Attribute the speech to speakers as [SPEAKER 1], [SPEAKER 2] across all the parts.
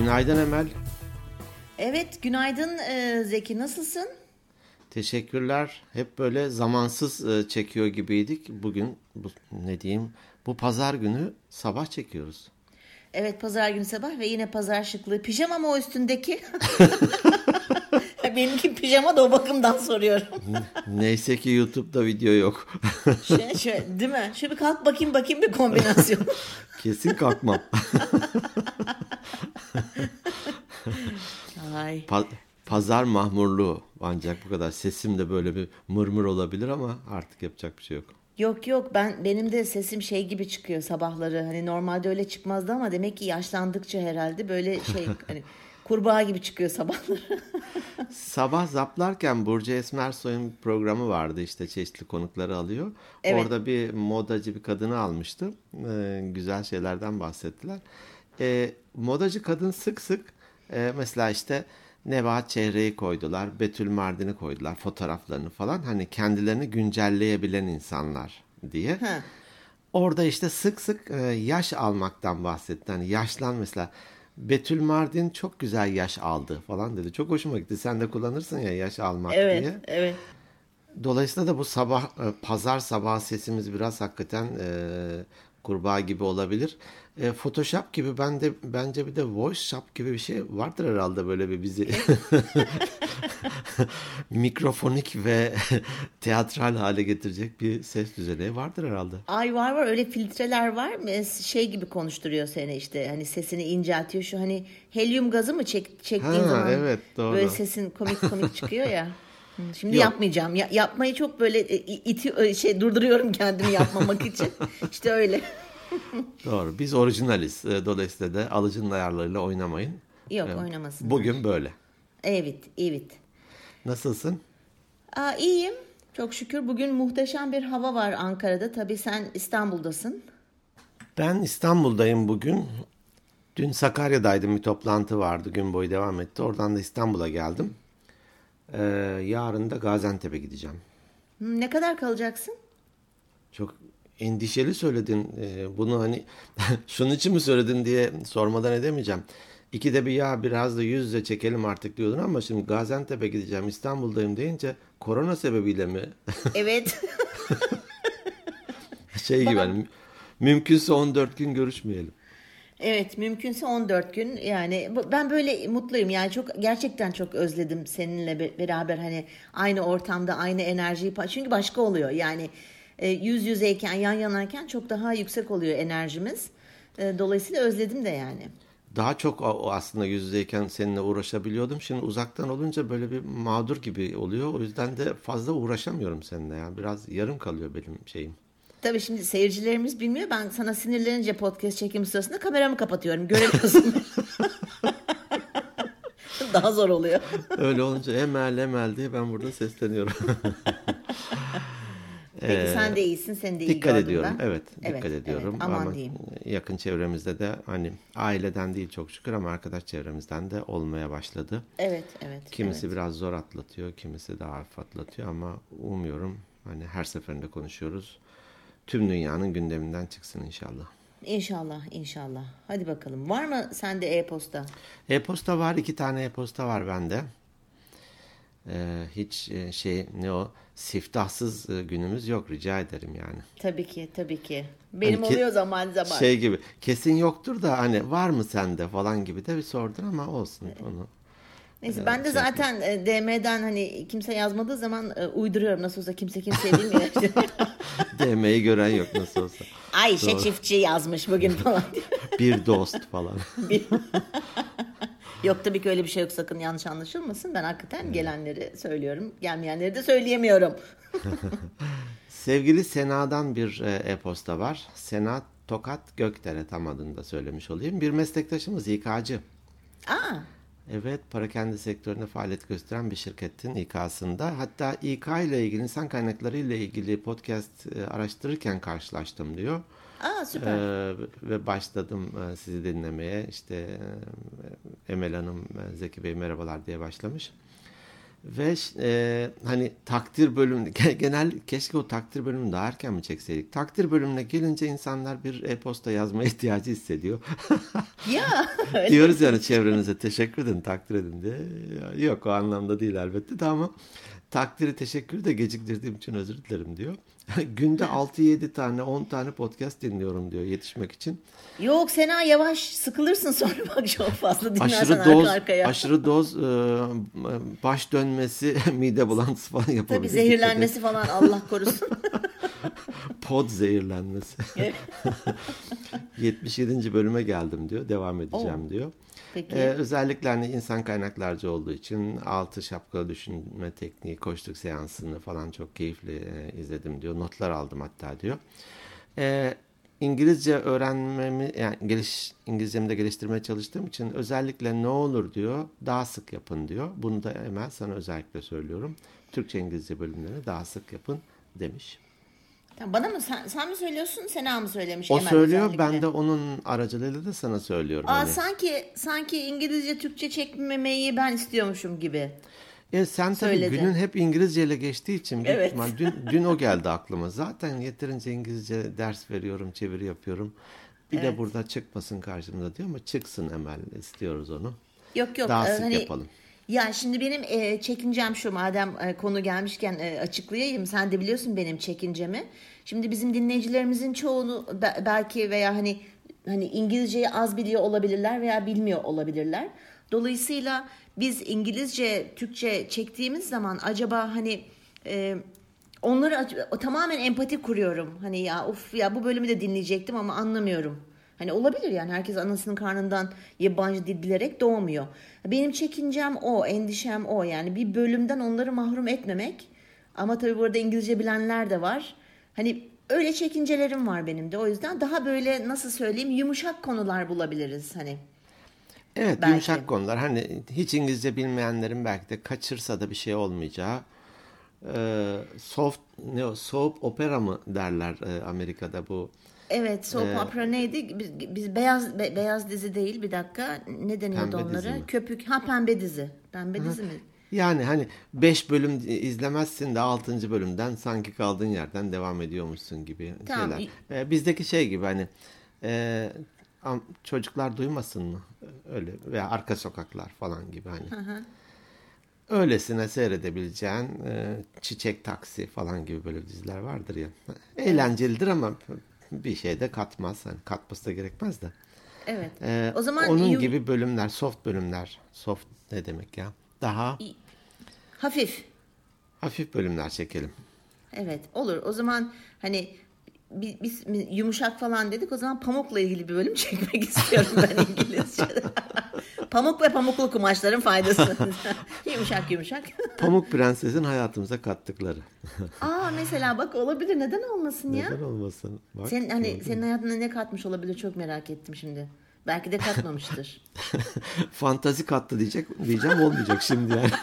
[SPEAKER 1] Günaydın Emel.
[SPEAKER 2] Evet, günaydın Zeki, nasılsın?
[SPEAKER 1] Teşekkürler. Hep böyle zamansız çekiyor gibiydik. Bugün bu pazar günü sabah çekiyoruz.
[SPEAKER 2] Evet, pazar günü sabah ve yine pazar şıklığı. Pijama mı o üstündeki? Benimki pijama da o bakımdan soruyorum.
[SPEAKER 1] Neyse ki YouTube'da video yok.
[SPEAKER 2] Değil mi? Şöyle bir kalk bakayım bir kombinasyon.
[SPEAKER 1] Kesin kalkmam.
[SPEAKER 2] Ay.
[SPEAKER 1] Pazar mahmurluğu, ancak bu kadar. Sesim de böyle bir mırmır olabilir ama artık yapacak bir şey yok.
[SPEAKER 2] Yok, benim de sesim şey gibi çıkıyor sabahları. Hani normalde öyle çıkmazdı ama demek ki yaşlandıkça herhalde böyle hani kurbağa gibi çıkıyor sabahları.
[SPEAKER 1] Sabah zaplarken Burcu Esmersoy'un programı vardı, işte çeşitli konukları alıyor.
[SPEAKER 2] Evet.
[SPEAKER 1] Orada bir modacı bir kadını almıştı. Güzel şeylerden bahsettiler. Modacı kadın sık sık mesela işte Nebahat Çehre'yi koydular, Betül Mardin'i koydular, fotoğraflarını falan, hani kendilerini güncelleyebilen insanlar diye.
[SPEAKER 2] Ha.
[SPEAKER 1] Orada işte sık sık yaş almaktan bahsetti. Hani yaşlan mesela. Betül Mardin çok güzel yaş aldı falan dedi. Çok hoşuma gitti. Sen de kullanırsın ya yaş almak diye.
[SPEAKER 2] Evet.
[SPEAKER 1] Dolayısıyla da bu sabah pazar sabahı sesimiz biraz hakikaten kurbağa gibi olabilir. Photoshop gibi bence bir de Voice Shop gibi bir şey vardır herhalde, böyle bir bizi mikrofonik ve teatral hale getirecek bir ses düzeneği vardır herhalde.
[SPEAKER 2] Ay var öyle filtreler var mı? Şey gibi konuşturuyor seni işte, hani sesini inceltiyor, şu hani helyum gazı mı çektiğin zaman
[SPEAKER 1] Evet, doğru.
[SPEAKER 2] böyle sesin komik çıkıyor ya. Şimdi
[SPEAKER 1] Yok.
[SPEAKER 2] yapmayacağım. Yapmayı çok böyle durduruyorum kendimi yapmamak için. İşte öyle.
[SPEAKER 1] Doğru. Biz orijinaliz. Dolayısıyla da alıcının ayarlarıyla oynamayın.
[SPEAKER 2] Yok, oynamasınlar.
[SPEAKER 1] Bugün böyle.
[SPEAKER 2] Evet.
[SPEAKER 1] Nasılsın?
[SPEAKER 2] İyiyim. Çok şükür. Bugün muhteşem bir hava var Ankara'da. Tabii sen İstanbul'dasın.
[SPEAKER 1] Ben İstanbul'dayım bugün. Dün Sakarya'daydım, bir toplantı vardı. Gün boyu devam etti. Oradan da İstanbul'a geldim. Yarın da Gaziantep'e gideceğim.
[SPEAKER 2] Ne kadar kalacaksın?
[SPEAKER 1] Çok endişeli söyledin. Bunu hani şunun için mi söyledin diye sormadan edemeyeceğim. İkide bir ya biraz da yüz yüze çekelim artık diyordun ama şimdi Gaziantep'e gideceğim, İstanbul'dayım deyince korona sebebiyle mi?
[SPEAKER 2] Evet.
[SPEAKER 1] Gibi hani, mümkünse 14 gün görüşmeyelim.
[SPEAKER 2] Evet, mümkünse 14 gün. Yani ben böyle mutluyum yani, gerçekten çok özledim seninle beraber, hani aynı ortamda aynı enerjiyi çünkü başka oluyor yani, yüz yüzeyken, yan yanayken çok daha yüksek oluyor enerjimiz. Dolayısıyla özledim de yani.
[SPEAKER 1] Daha çok aslında yüz yüzeyken seninle uğraşabiliyordum. Şimdi uzaktan olunca böyle bir mağdur gibi oluyor. O yüzden de fazla uğraşamıyorum seninle ya. Biraz yarım kalıyor benim şeyim.
[SPEAKER 2] Tabii şimdi seyircilerimiz bilmiyor. Ben sana sinirlenince podcast çekimi sırasında kameramı kapatıyorum. Göremiyorsun. Daha zor oluyor.
[SPEAKER 1] Öyle olunca Emel diye ben burada sesleniyorum.
[SPEAKER 2] Peki sen de iyisin. Seni de iyi
[SPEAKER 1] Dikkat
[SPEAKER 2] gördüm
[SPEAKER 1] ediyorum.
[SPEAKER 2] ben.
[SPEAKER 1] Evet, dikkat ediyorum.
[SPEAKER 2] Aman
[SPEAKER 1] Ama
[SPEAKER 2] diyeyim.
[SPEAKER 1] yakın çevremizde de, hani aileden değil çok şükür ama arkadaş çevremizden de olmaya başladı.
[SPEAKER 2] Evet.
[SPEAKER 1] Kimisi biraz zor atlatıyor, kimisi daha hafif atlatıyor ama umuyorum hani her seferinde konuşuyoruz. Tüm dünyanın gündeminden çıksın inşallah.
[SPEAKER 2] İnşallah. Hadi bakalım. Var mı sende e-posta?
[SPEAKER 1] E-posta var. 2 tane e-posta var bende. Hiç siftahsız günümüz yok, rica ederim yani.
[SPEAKER 2] Tabii ki. Benim hani oluyor zaman.
[SPEAKER 1] Şey gibi, kesin yoktur da hani var mı sende falan gibi de bir sordun ama olsun onu.
[SPEAKER 2] Neyse, ben de zaten DM'den hani kimse yazmadığı zaman uyduruyorum, nasıl olsa kimse kimseye bilmiyor.
[SPEAKER 1] DM'yi gören yok nasıl olsa.
[SPEAKER 2] Ayşe çiftçi yazmış bugün falan.
[SPEAKER 1] Bir dost falan.
[SPEAKER 2] Yok, tabii ki öyle bir şey yok, sakın yanlış anlaşılmasın. Ben hakikaten gelenleri söylüyorum, gelmeyenleri de söyleyemiyorum.
[SPEAKER 1] Sevgili Sena'dan bir e-posta var. Sena Tokat Gökdere, tam adını da söylemiş olayım. Bir meslektaşımız, İK'cı. Evet, parakende sektöründe faaliyet gösteren bir şirketin İK'sında. Hatta İK ile ilgili, insan kaynakları ile ilgili podcast araştırırken karşılaştım diyor.
[SPEAKER 2] Süper.
[SPEAKER 1] Ve başladım sizi dinlemeye. İşte Emel Hanım, Zeki Bey merhabalar diye başlamış. Ve hani takdir bölümü genel keşke o takdir bölümünü daha erken mi çekseydik? Takdir bölümüne gelince insanlar bir e-posta yazma ihtiyacı hissediyor.
[SPEAKER 2] Ya öyle.
[SPEAKER 1] Diyoruz yani çevrenize teşekkür edin, takdir edin diye. Yok o anlamda değil elbette de ama takdiri teşekkürü de geciktirdiğim için özür dilerim diyor. Günde 6-7 tane 10 tane podcast dinliyorum diyor yetişmek için.
[SPEAKER 2] Yok Sena yavaş sıkılırsın sonra bak çok fazla dinlersen arka arkaya.
[SPEAKER 1] Aşırı doz baş dönmesi, mide bulantısı falan yapabilir.
[SPEAKER 2] Tabii zehirlenmesi falan Allah korusun.
[SPEAKER 1] Pod zehirlenmesi. 77. bölüme geldim diyor. Devam edeceğim diyor.
[SPEAKER 2] Peki.
[SPEAKER 1] Özellikle hani insan kaynaklarcı olduğu için 6 şapkalı düşünme tekniği, koçluk seansını falan çok keyifli izledim diyor. Notlar aldım hatta diyor. İngilizce öğrenmemi, yani İngilizcemi de geliştirmeye çalıştığım için özellikle ne olur diyor, daha sık yapın diyor. Bunu da hemen sana özellikle söylüyorum. Türkçe İngilizce bölümlerini daha sık yapın demiş.
[SPEAKER 2] Bana mı sen mi söylüyorsun, Sena mı söylemiş?
[SPEAKER 1] O söylüyor, özellikle. Ben de onun aracılığıyla da sana söylüyorum.
[SPEAKER 2] Hani. Sanki İngilizce Türkçe çekmemeyi ben istiyormuşum gibi.
[SPEAKER 1] Sen tabii günün hep İngilizce ile geçtiği için
[SPEAKER 2] evet.
[SPEAKER 1] Dün o geldi aklıma. Zaten yeterince İngilizce ders veriyorum, çeviri yapıyorum. Bir de burada çıkmasın karşımıza diyor ama çıksın Emel, istiyoruz onu.
[SPEAKER 2] Yok.
[SPEAKER 1] Daha sık yapalım.
[SPEAKER 2] Ya şimdi benim çekincem şu, madem konu gelmişken açıklayayım. Sen de biliyorsun benim çekincemi. Şimdi bizim dinleyicilerimizin çoğunu belki veya hani İngilizceyi az biliyor olabilirler veya bilmiyor olabilirler. Dolayısıyla biz İngilizce, Türkçe çektiğimiz zaman acaba hani onları tamamen empati kuruyorum. Hani ya bu bölümü de dinleyecektim ama anlamıyorum. Hani olabilir yani, herkes anasının karnından yabancı dil bilerek doğmuyor. Benim çekincem o, endişem o. Yani bir bölümden onları mahrum etmemek. Ama tabii burada İngilizce bilenler de var. Hani öyle çekincelerim var benim de. O yüzden daha böyle nasıl söyleyeyim, yumuşak konular bulabiliriz hani.
[SPEAKER 1] Evet, belki. Yumuşak konular. Hani hiç İngilizce bilmeyenlerin belki de kaçırsa da bir şey olmayacağı. Soap opera mı derler Amerika'da bu?
[SPEAKER 2] Evet, soap opera neydi? Biz beyaz dizi değil, bir dakika. Ne deniyordu onlara? Köpük. Pembe dizi. Pembe dizi mi?
[SPEAKER 1] Yani hani 5 bölüm izlemezsin de 6. bölümden sanki kaldığın yerden devam ediyormuşsun gibi şeyler. Bizdeki şey gibi hani çocuklar duymasın mı? Öyle veya Arka Sokaklar falan gibi hani. Öylesine seyredebileceğin Çiçek Taksi falan gibi böyle diziler vardır ya. Eğlencelidir ama bir şey de katmaz. Hani katması da gerekmez de.
[SPEAKER 2] Evet. O zaman
[SPEAKER 1] onun gibi bölümler, soft bölümler. Soft ne demek ya? Daha hafif bölümler çekelim.
[SPEAKER 2] Evet, olur. O zaman hani biz yumuşak falan dedik. O zaman pamukla ilgili bir bölüm çekmek istiyorum ben İngilizce'de. Pamuk ve pamuklu kumaşların faydası. Yumuşak.
[SPEAKER 1] Pamuk Prenses'in hayatımıza kattıkları.
[SPEAKER 2] Mesela bak, olabilir. Neden olmasın ya?
[SPEAKER 1] Neden olmasın? Bak,
[SPEAKER 2] senin hayatına ne katmış olabilir, çok merak ettim şimdi. Belki de katmamıştır.
[SPEAKER 1] Fantazi kattı diyeceğim, olmayacak şimdi yani.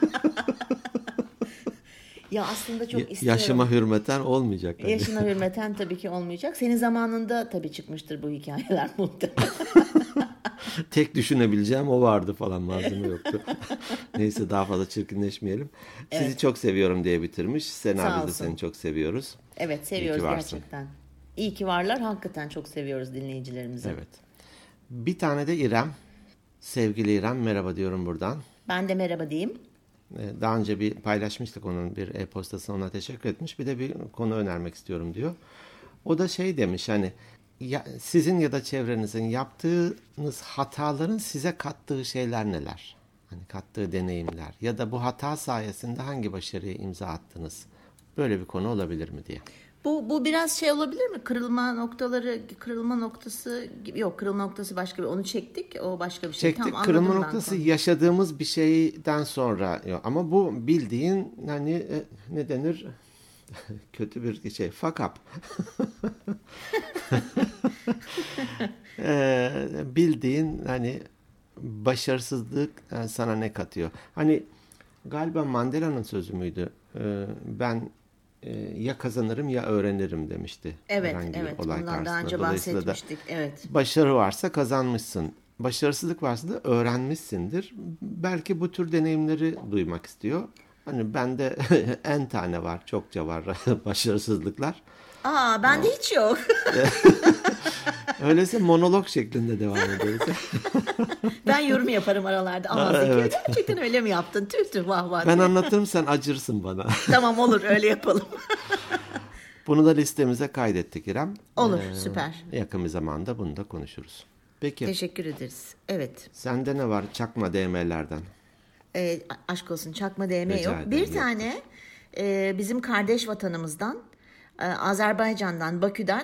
[SPEAKER 2] Ya aslında çok istiyorum.
[SPEAKER 1] Yaşıma hürmeten olmayacak.
[SPEAKER 2] Tabii. Yaşına hürmeten tabii ki olmayacak. Senin zamanında tabii çıkmıştır bu hikayeler muhtemelen.
[SPEAKER 1] Tek düşünebileceğim o vardı falan, malzeme yoktu. Neyse, daha fazla çirkinleşmeyelim. Evet. Sizi çok seviyorum diye bitirmiş. Sena, biz de seni çok seviyoruz.
[SPEAKER 2] Evet, seviyoruz gerçekten. İyi ki varlar. Hakikaten çok seviyoruz dinleyicilerimizi.
[SPEAKER 1] Evet. Bir tane de İrem. Sevgili İrem, merhaba diyorum buradan.
[SPEAKER 2] Ben de merhaba diyeyim.
[SPEAKER 1] Daha önce bir paylaşmıştık onun bir e-postasını, ona teşekkür etmiş. Bir de bir konu önermek istiyorum diyor. O da şey demiş, hani sizin ya da çevrenizin yaptığınız hataların size kattığı şeyler neler? Hani kattığı deneyimler ya da bu hata sayesinde hangi başarıya imza attınız? Böyle bir konu olabilir mi diye.
[SPEAKER 2] Bu biraz şey olabilir mi? Kırılma noktası başka bir, onu çektik, o başka bir şey.
[SPEAKER 1] Çektik, kırılma noktası yaşadığımız bir şeyden sonra ama bu bildiğin hani ne denir? Kötü bir şey. Fuck up. Bildiğin hani başarısızlık sana ne katıyor? Hani galiba Mandela'nın sözü müydü? Ben ya kazanırım ya öğrenirim demişti.
[SPEAKER 2] Evet. Bundan daha önce bahsetmiştik. Evet.
[SPEAKER 1] Başarı varsa kazanmışsın başarısızlık varsa da öğrenmişsindir. Belki bu tür deneyimleri duymak istiyor. Hani bende en tane var, çokça var başarısızlıklar.
[SPEAKER 2] Bende hiç yok.
[SPEAKER 1] Öyleyse monolog şeklinde devam ederiz.
[SPEAKER 2] Ben yorum yaparım aralarda. Ama Zeki gerçekten öyle mi yaptın? Tüh tüh vah vah.
[SPEAKER 1] Ben anlatırım, sen acırsın bana.
[SPEAKER 2] Tamam, olur, öyle yapalım.
[SPEAKER 1] Bunu da listemize kaydettik İrem.
[SPEAKER 2] Olur, süper.
[SPEAKER 1] Yakın bir zamanda bunu da konuşuruz. Peki.
[SPEAKER 2] Teşekkür ederiz. Evet.
[SPEAKER 1] Sende ne var çakma DM'lerden?
[SPEAKER 2] Aşk olsun, çakma DM
[SPEAKER 1] Rica
[SPEAKER 2] yok.
[SPEAKER 1] ederim,
[SPEAKER 2] Bir
[SPEAKER 1] yoktur.
[SPEAKER 2] tane bizim kardeş vatanımızdan, Azerbaycan'dan, Bakü'den,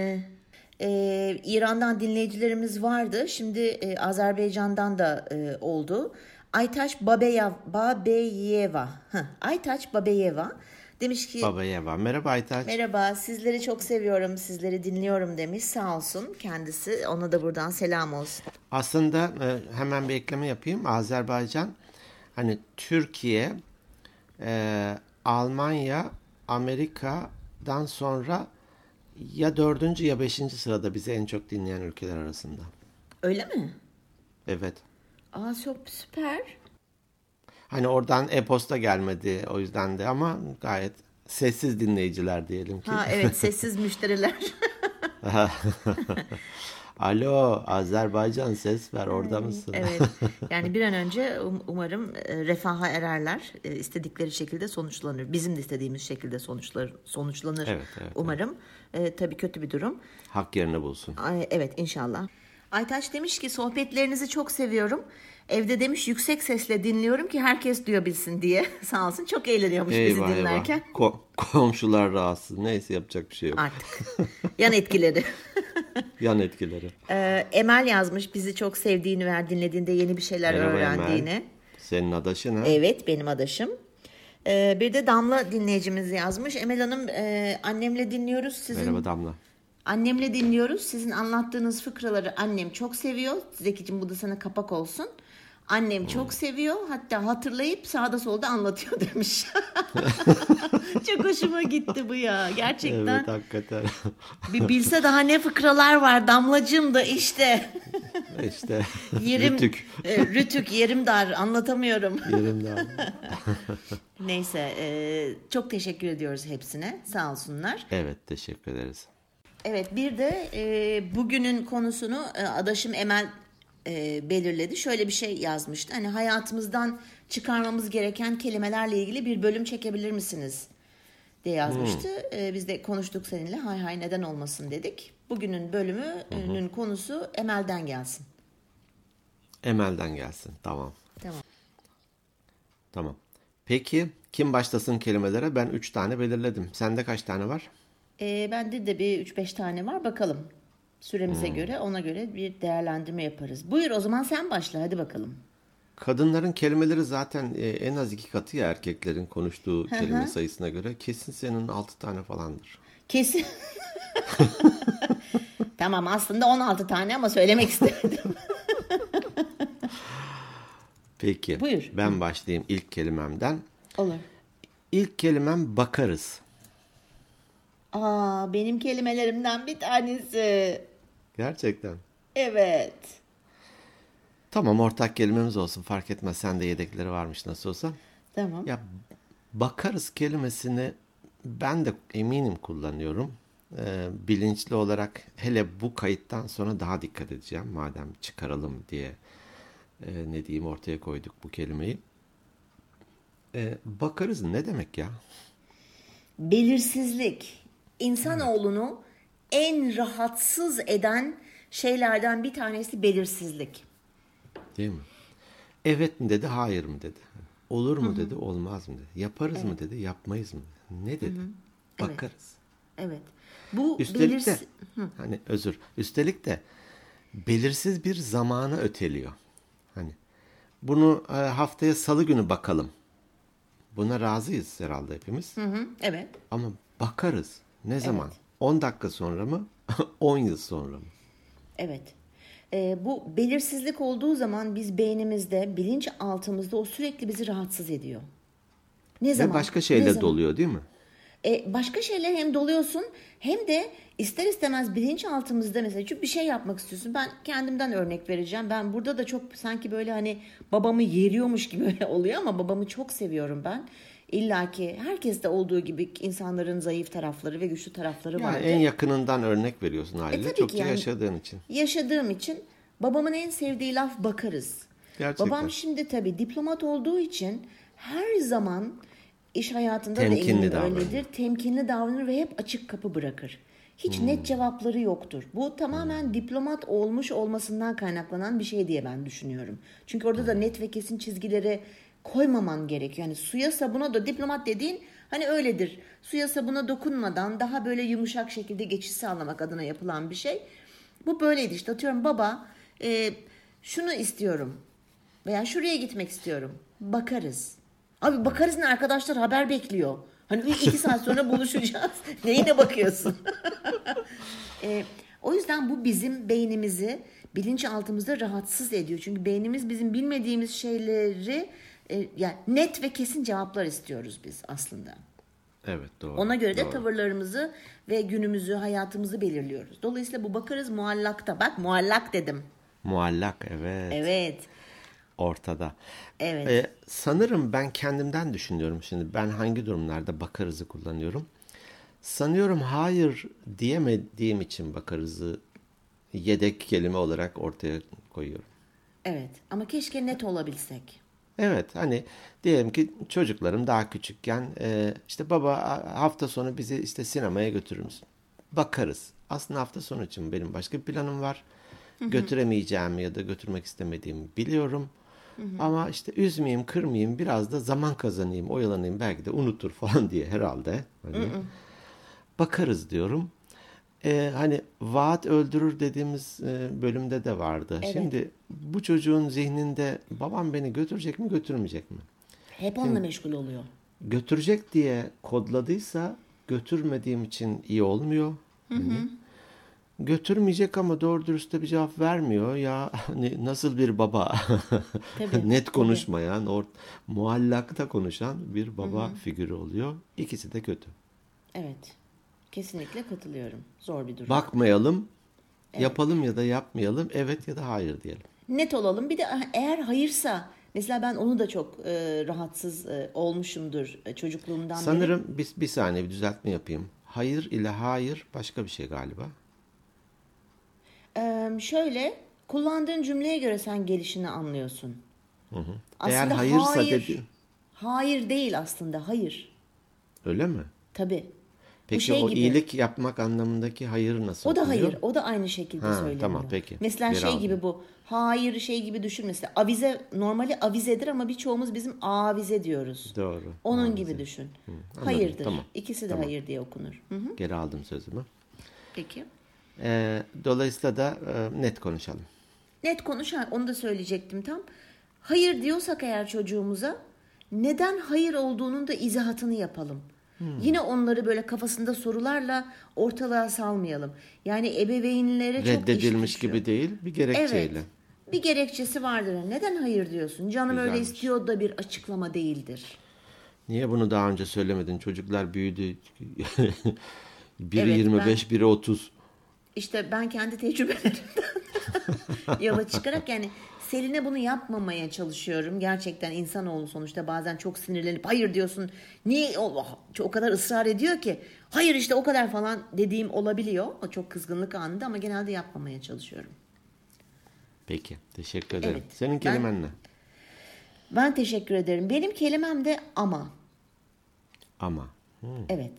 [SPEAKER 2] İran'dan dinleyicilerimiz vardı. Şimdi Azerbaycan'dan da oldu. Aytaç Babeyeva. Aytaç Babeyeva demiş ki
[SPEAKER 1] Babeyeva. Merhaba Aytaç.
[SPEAKER 2] merhaba, sizleri çok seviyorum, sizleri dinliyorum demiş. Sağ olsun kendisi. Ona da buradan selam olsun.
[SPEAKER 1] Aslında hemen bir ekleme yapayım. Azerbaycan, hani Türkiye, Almanya, Amerika'dan sonra ya 4. ya 5. sırada bizi en çok dinleyen ülkeler arasında.
[SPEAKER 2] Öyle mi?
[SPEAKER 1] Evet.
[SPEAKER 2] Süper.
[SPEAKER 1] Hani oradan e-posta gelmedi o yüzden de, ama gayet sessiz dinleyiciler diyelim ki.
[SPEAKER 2] Evet, sessiz müşteriler.
[SPEAKER 1] Alo Azerbaycan, ses ver, orada mısın?
[SPEAKER 2] Evet. Yani bir an önce umarım refaha ererler. İstedikleri şekilde sonuçlanır. Bizim de istediğimiz şekilde sonuçlanır.
[SPEAKER 1] Evet,
[SPEAKER 2] umarım. Tabii kötü bir durum.
[SPEAKER 1] Hak yerini bulsun.
[SPEAKER 2] Evet, inşallah. Aytaç demiş ki sohbetlerinizi çok seviyorum. Evde demiş yüksek sesle dinliyorum ki herkes duyabilsin diye. Sağ olsun, çok eğleniyormuş bizi dinlerken.
[SPEAKER 1] Komşular rahatsız. Neyse, yapacak bir şey yok.
[SPEAKER 2] Artık. Yan etkileri.
[SPEAKER 1] Yan etkileri.
[SPEAKER 2] Emel yazmış bizi çok sevdiğini ve dinlediğinde yeni bir şeyler
[SPEAKER 1] Merhaba
[SPEAKER 2] öğrendiğini.
[SPEAKER 1] Emel. Senin adaşın ha?
[SPEAKER 2] Evet, benim adaşım. Bir de Damla dinleyicimiz yazmış. Emel Hanım, annemle dinliyoruz.
[SPEAKER 1] Merhaba Damla.
[SPEAKER 2] Annemle dinliyoruz. Sizin anlattığınız fıkraları annem çok seviyor. Zekicim, bu da sana kapak olsun. Annem çok seviyor. Hatta hatırlayıp sağda solda anlatıyor demiş. Çok hoşuma gitti bu ya. Gerçekten.
[SPEAKER 1] Evet, hakikaten.
[SPEAKER 2] Bir bilse daha ne fıkralar var Damlacığım da işte.
[SPEAKER 1] İşte
[SPEAKER 2] Yerim,
[SPEAKER 1] rütük.
[SPEAKER 2] Rütük, yerim dar, anlatamıyorum.
[SPEAKER 1] Yerim dar.
[SPEAKER 2] Neyse, çok teşekkür ediyoruz hepsine. Sağ olsunlar.
[SPEAKER 1] Evet, teşekkür ederiz.
[SPEAKER 2] Evet, bir de bugünün konusunu adaşım Emel belirledi. Şöyle bir şey yazmıştı. Hani hayatımızdan çıkarmamız gereken kelimelerle ilgili bir bölüm çekebilir misiniz diye yazmıştı. Biz de konuştuk seninle. Hay neden olmasın dedik. Bugünün bölümünün konusu Emel'den gelsin.
[SPEAKER 1] Emel'den gelsin. Tamam.
[SPEAKER 2] Tamam.
[SPEAKER 1] Peki kim başlasın kelimelere? Ben 3 tane belirledim. Sende kaç tane var?
[SPEAKER 2] Bende de bir 3-5 tane var. Bakalım. Süremize göre, ona göre bir değerlendirme yaparız. Buyur, o zaman sen başla. Hadi bakalım.
[SPEAKER 1] Kadınların kelimeleri zaten en az 2 katı ya erkeklerin konuştuğu kelime sayısına göre. Kesin senin 6 tane falandır.
[SPEAKER 2] Kesin. Tamam, aslında 16 tane ama söylemek istemedim.
[SPEAKER 1] Peki.
[SPEAKER 2] Buyur.
[SPEAKER 1] Ben başlayayım ilk kelimemden.
[SPEAKER 2] Olur.
[SPEAKER 1] İlk kelimem bakarız.
[SPEAKER 2] Benim kelimelerimden bir tanesi.
[SPEAKER 1] Gerçekten.
[SPEAKER 2] Evet.
[SPEAKER 1] Tamam, ortak kelimemiz olsun, fark etmez. Sende yedekleri varmış nasıl olsa.
[SPEAKER 2] Tamam.
[SPEAKER 1] Ya, bakarız kelimesini ben de eminim kullanıyorum. Bilinçli olarak, hele bu kayıttan sonra daha dikkat edeceğim. Madem çıkaralım diye ne diyeyim, ortaya koyduk bu kelimeyi. Bakarız ne demek ya?
[SPEAKER 2] Belirsizlik. İnsanoğlunu en rahatsız eden şeylerden bir tanesi belirsizlik.
[SPEAKER 1] Değil mi? Evet mi dedi, hayır mı dedi. Olur mu dedi, olmaz mı dedi. Yaparız mı dedi, yapmayız mı dedi. Ne dedi? Bakarız.
[SPEAKER 2] Evet. Bu
[SPEAKER 1] Üstelik de üstelik de belirsiz bir zamanı öteliyor. Hani bunu haftaya salı günü bakalım. Buna razıyız herhalde hepimiz.
[SPEAKER 2] Evet.
[SPEAKER 1] Ama bakarız. Ne zaman? 10 dakika sonra mı? 10 yıl sonra mı?
[SPEAKER 2] Evet. Bu belirsizlik olduğu zaman biz beynimizde, bilinçaltımızda o sürekli bizi rahatsız ediyor. Ne zaman?
[SPEAKER 1] Ve başka şeyle doluyor değil mi?
[SPEAKER 2] Başka şeyler hem doluyorsun hem de ister istemez bilinçaltımızda mesela çünkü bir şey yapmak istiyorsun. Ben kendimden örnek vereceğim. Ben burada da çok sanki böyle hani babamı yeriyormuş gibi oluyor ama babamı çok seviyorum ben. İlla ki herkeste olduğu gibi insanların zayıf tarafları ve güçlü tarafları vardır.
[SPEAKER 1] En yakınından örnek veriyorsun haliyle. Çok
[SPEAKER 2] yani,
[SPEAKER 1] yaşadığın için.
[SPEAKER 2] Yaşadığım için babamın en sevdiği laf bakarız.
[SPEAKER 1] Gerçekten.
[SPEAKER 2] Babam şimdi tabii diplomat olduğu için her zaman iş hayatında
[SPEAKER 1] temkinli
[SPEAKER 2] da öyledir. Temkinli davranır ve hep açık kapı bırakır. Hiç net cevapları yoktur. Bu tamamen diplomat olmuş olmasından kaynaklanan bir şey diye ben düşünüyorum. Çünkü orada da net ve kesin çizgileri koymaman gerekiyor. Yani suya sabuna da diplomat dediğin hani öyledir. Suya sabuna dokunmadan daha böyle yumuşak şekilde geçiş sağlamak adına yapılan bir şey. Bu böyleydi işte atıyorum baba şunu istiyorum veya şuraya gitmek istiyorum. Bakarız. Abi bakarız ne arkadaşlar haber bekliyor. Hani 2 saat sonra buluşacağız. Neyine bakıyorsun? O yüzden bu bizim beynimizi bilinçaltımızda rahatsız ediyor. Çünkü beynimiz bizim bilmediğimiz şeyleri yani net ve kesin cevaplar istiyoruz biz aslında.
[SPEAKER 1] Evet doğru.
[SPEAKER 2] Ona göre de tavırlarımızı ve günümüzü, hayatımızı belirliyoruz. Dolayısıyla bu bakarız muallakta. Bak muallak dedim.
[SPEAKER 1] Muallak evet.
[SPEAKER 2] Evet.
[SPEAKER 1] Ortada.
[SPEAKER 2] Evet.
[SPEAKER 1] Sanırım ben kendimden düşünüyorum şimdi. Ben hangi durumlarda bakarızı kullanıyorum? Sanıyorum hayır diyemediğim için bakarızı yedek kelime olarak ortaya koyuyorum.
[SPEAKER 2] Evet ama keşke net olabilsek.
[SPEAKER 1] Evet hani diyelim ki çocuklarım daha küçükken işte baba hafta sonu bizi işte sinemaya götürür müsün? Bakarız. Aslında hafta sonu için benim başka bir planım var. Götüremeyeceğimi ya da götürmek istemediğimi biliyorum. Ama işte üzmeyeyim, kırmayayım, biraz da zaman kazanayım, oyalanayım, belki de unutur falan diye herhalde. Hani bakarız diyorum. Hani vaat öldürür dediğimiz bölümde de vardı. Evet. Şimdi bu çocuğun zihninde babam beni götürecek mi, götürmeyecek mi?
[SPEAKER 2] Hep onunla meşgul oluyor.
[SPEAKER 1] Götürecek diye kodladıysa götürmediğim için iyi olmuyor. Hani götürmeyecek ama doğru dürüst de bir cevap vermiyor. Ya hani nasıl bir baba? Tabii, net konuşmayan, muallakta konuşan bir baba figürü oluyor. İkisi de kötü.
[SPEAKER 2] Evet. Kesinlikle katılıyorum. Zor bir durum.
[SPEAKER 1] Bakmayalım, yapalım ya da yapmayalım, evet ya da hayır diyelim.
[SPEAKER 2] Net olalım. Bir de eğer hayırsa, mesela ben onu da çok rahatsız olmuşumdur çocukluğumdan beri.
[SPEAKER 1] Sanırım bir saniye bir düzeltme yapayım. Hayır ile hayır başka bir şey galiba.
[SPEAKER 2] Şöyle, kullandığın cümleye göre sen gelişini anlıyorsun.
[SPEAKER 1] Aslında eğer hayırsa
[SPEAKER 2] hayır, hayır değil aslında, hayır.
[SPEAKER 1] Öyle mi?
[SPEAKER 2] Tabii.
[SPEAKER 1] Peki o gibi. İyilik yapmak anlamındaki hayır nasıl?
[SPEAKER 2] O da hayır. O da aynı şekilde söyleniyor.
[SPEAKER 1] Tamam peki.
[SPEAKER 2] Mesela şey gibi bu. Hayır şey gibi düşün mesela. Avize normali avizedir ama birçoğumuz bizim avize diyoruz.
[SPEAKER 1] Doğru.
[SPEAKER 2] Onun
[SPEAKER 1] avize
[SPEAKER 2] gibi düşün.
[SPEAKER 1] Hayırdır.
[SPEAKER 2] Tamam. İkisi de hayır diye okunur. Hı-hı.
[SPEAKER 1] Geri aldım sözümü.
[SPEAKER 2] Peki.
[SPEAKER 1] Dolayısıyla da net konuşalım.
[SPEAKER 2] Net konuş. Onu da söyleyecektim tam. Hayır diyorsak eğer çocuğumuza neden hayır olduğunun da izahatını yapalım. Yine onları böyle kafasında sorularla ortalığa salmayalım. Yani ebeveynlere çok iş
[SPEAKER 1] reddedilmiş gibi değil, bir gerekçeyle.
[SPEAKER 2] Evet, bir gerekçesi vardır. Neden hayır diyorsun? Canım güzelmiş. Öyle istiyor da bir açıklama değildir.
[SPEAKER 1] Niye bunu daha önce söylemedin? Çocuklar büyüdü. Biri 25, biri 30.
[SPEAKER 2] İşte ben kendi tecrübelerimden yola çıkarak yani Selin'e bunu yapmamaya çalışıyorum. Gerçekten insanoğlu sonuçta bazen çok sinirlenip hayır diyorsun. Niye o kadar ısrar ediyor ki? Hayır işte o kadar falan dediğim olabiliyor. O çok kızgınlık anında ama genelde yapmamaya çalışıyorum.
[SPEAKER 1] Peki. Teşekkür ederim. Evet, senin kelimen ne?
[SPEAKER 2] Ben teşekkür ederim. Benim kelimem de ama.
[SPEAKER 1] Ama.
[SPEAKER 2] Evet.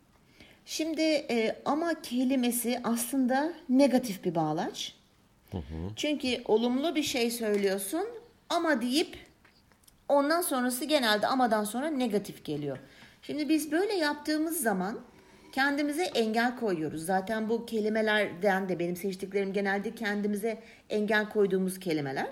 [SPEAKER 2] Şimdi ama kelimesi aslında negatif bir bağlaç. Çünkü olumlu bir şey söylüyorsun ama deyip ondan sonrası genelde amadan sonra negatif geliyor. Şimdi biz böyle yaptığımız zaman kendimize engel koyuyoruz. Zaten bu kelimelerden de benim seçtiklerim genelde kendimize engel koyduğumuz kelimeler.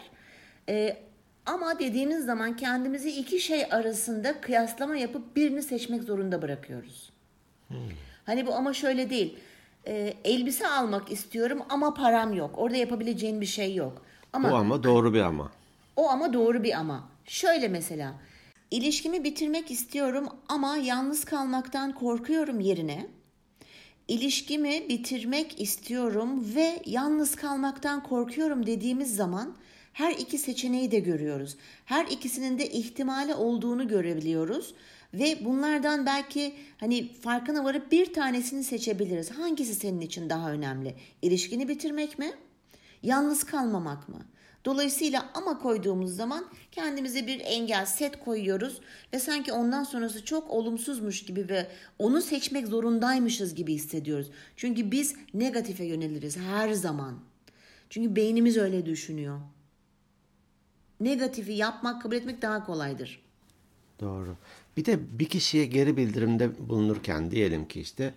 [SPEAKER 2] Ama dediğimiz zaman kendimizi iki şey arasında kıyaslama yapıp birini seçmek zorunda bırakıyoruz. Hani bu ama şöyle değil. Elbise almak istiyorum ama param yok. Orada yapabileceğin bir şey yok.
[SPEAKER 1] O ama doğru bir ama.
[SPEAKER 2] O ama doğru bir ama. Şöyle mesela İlişkimi bitirmek istiyorum ama yalnız kalmaktan korkuyorum yerine İlişkimi bitirmek istiyorum ve yalnız kalmaktan korkuyorum dediğimiz zaman her iki seçeneği de görüyoruz. Her ikisinin de ihtimali olduğunu görebiliyoruz ve bunlardan belki hani farkına varıp bir tanesini seçebiliriz. Hangisi senin için daha önemli? İlişkini bitirmek mi? Yalnız kalmamak mı? Dolayısıyla ama koyduğumuz zaman kendimize bir engel set koyuyoruz ve sanki ondan sonrası çok olumsuzmuş gibi ve onu seçmek zorundaymışız gibi hissediyoruz. Çünkü biz negatife yöneliriz her zaman. Çünkü beynimiz öyle düşünüyor. Negatifi yapmak, kabul etmek daha kolaydır.
[SPEAKER 1] Doğru. Bir de bir kişiye geri bildirimde bulunurken diyelim ki işte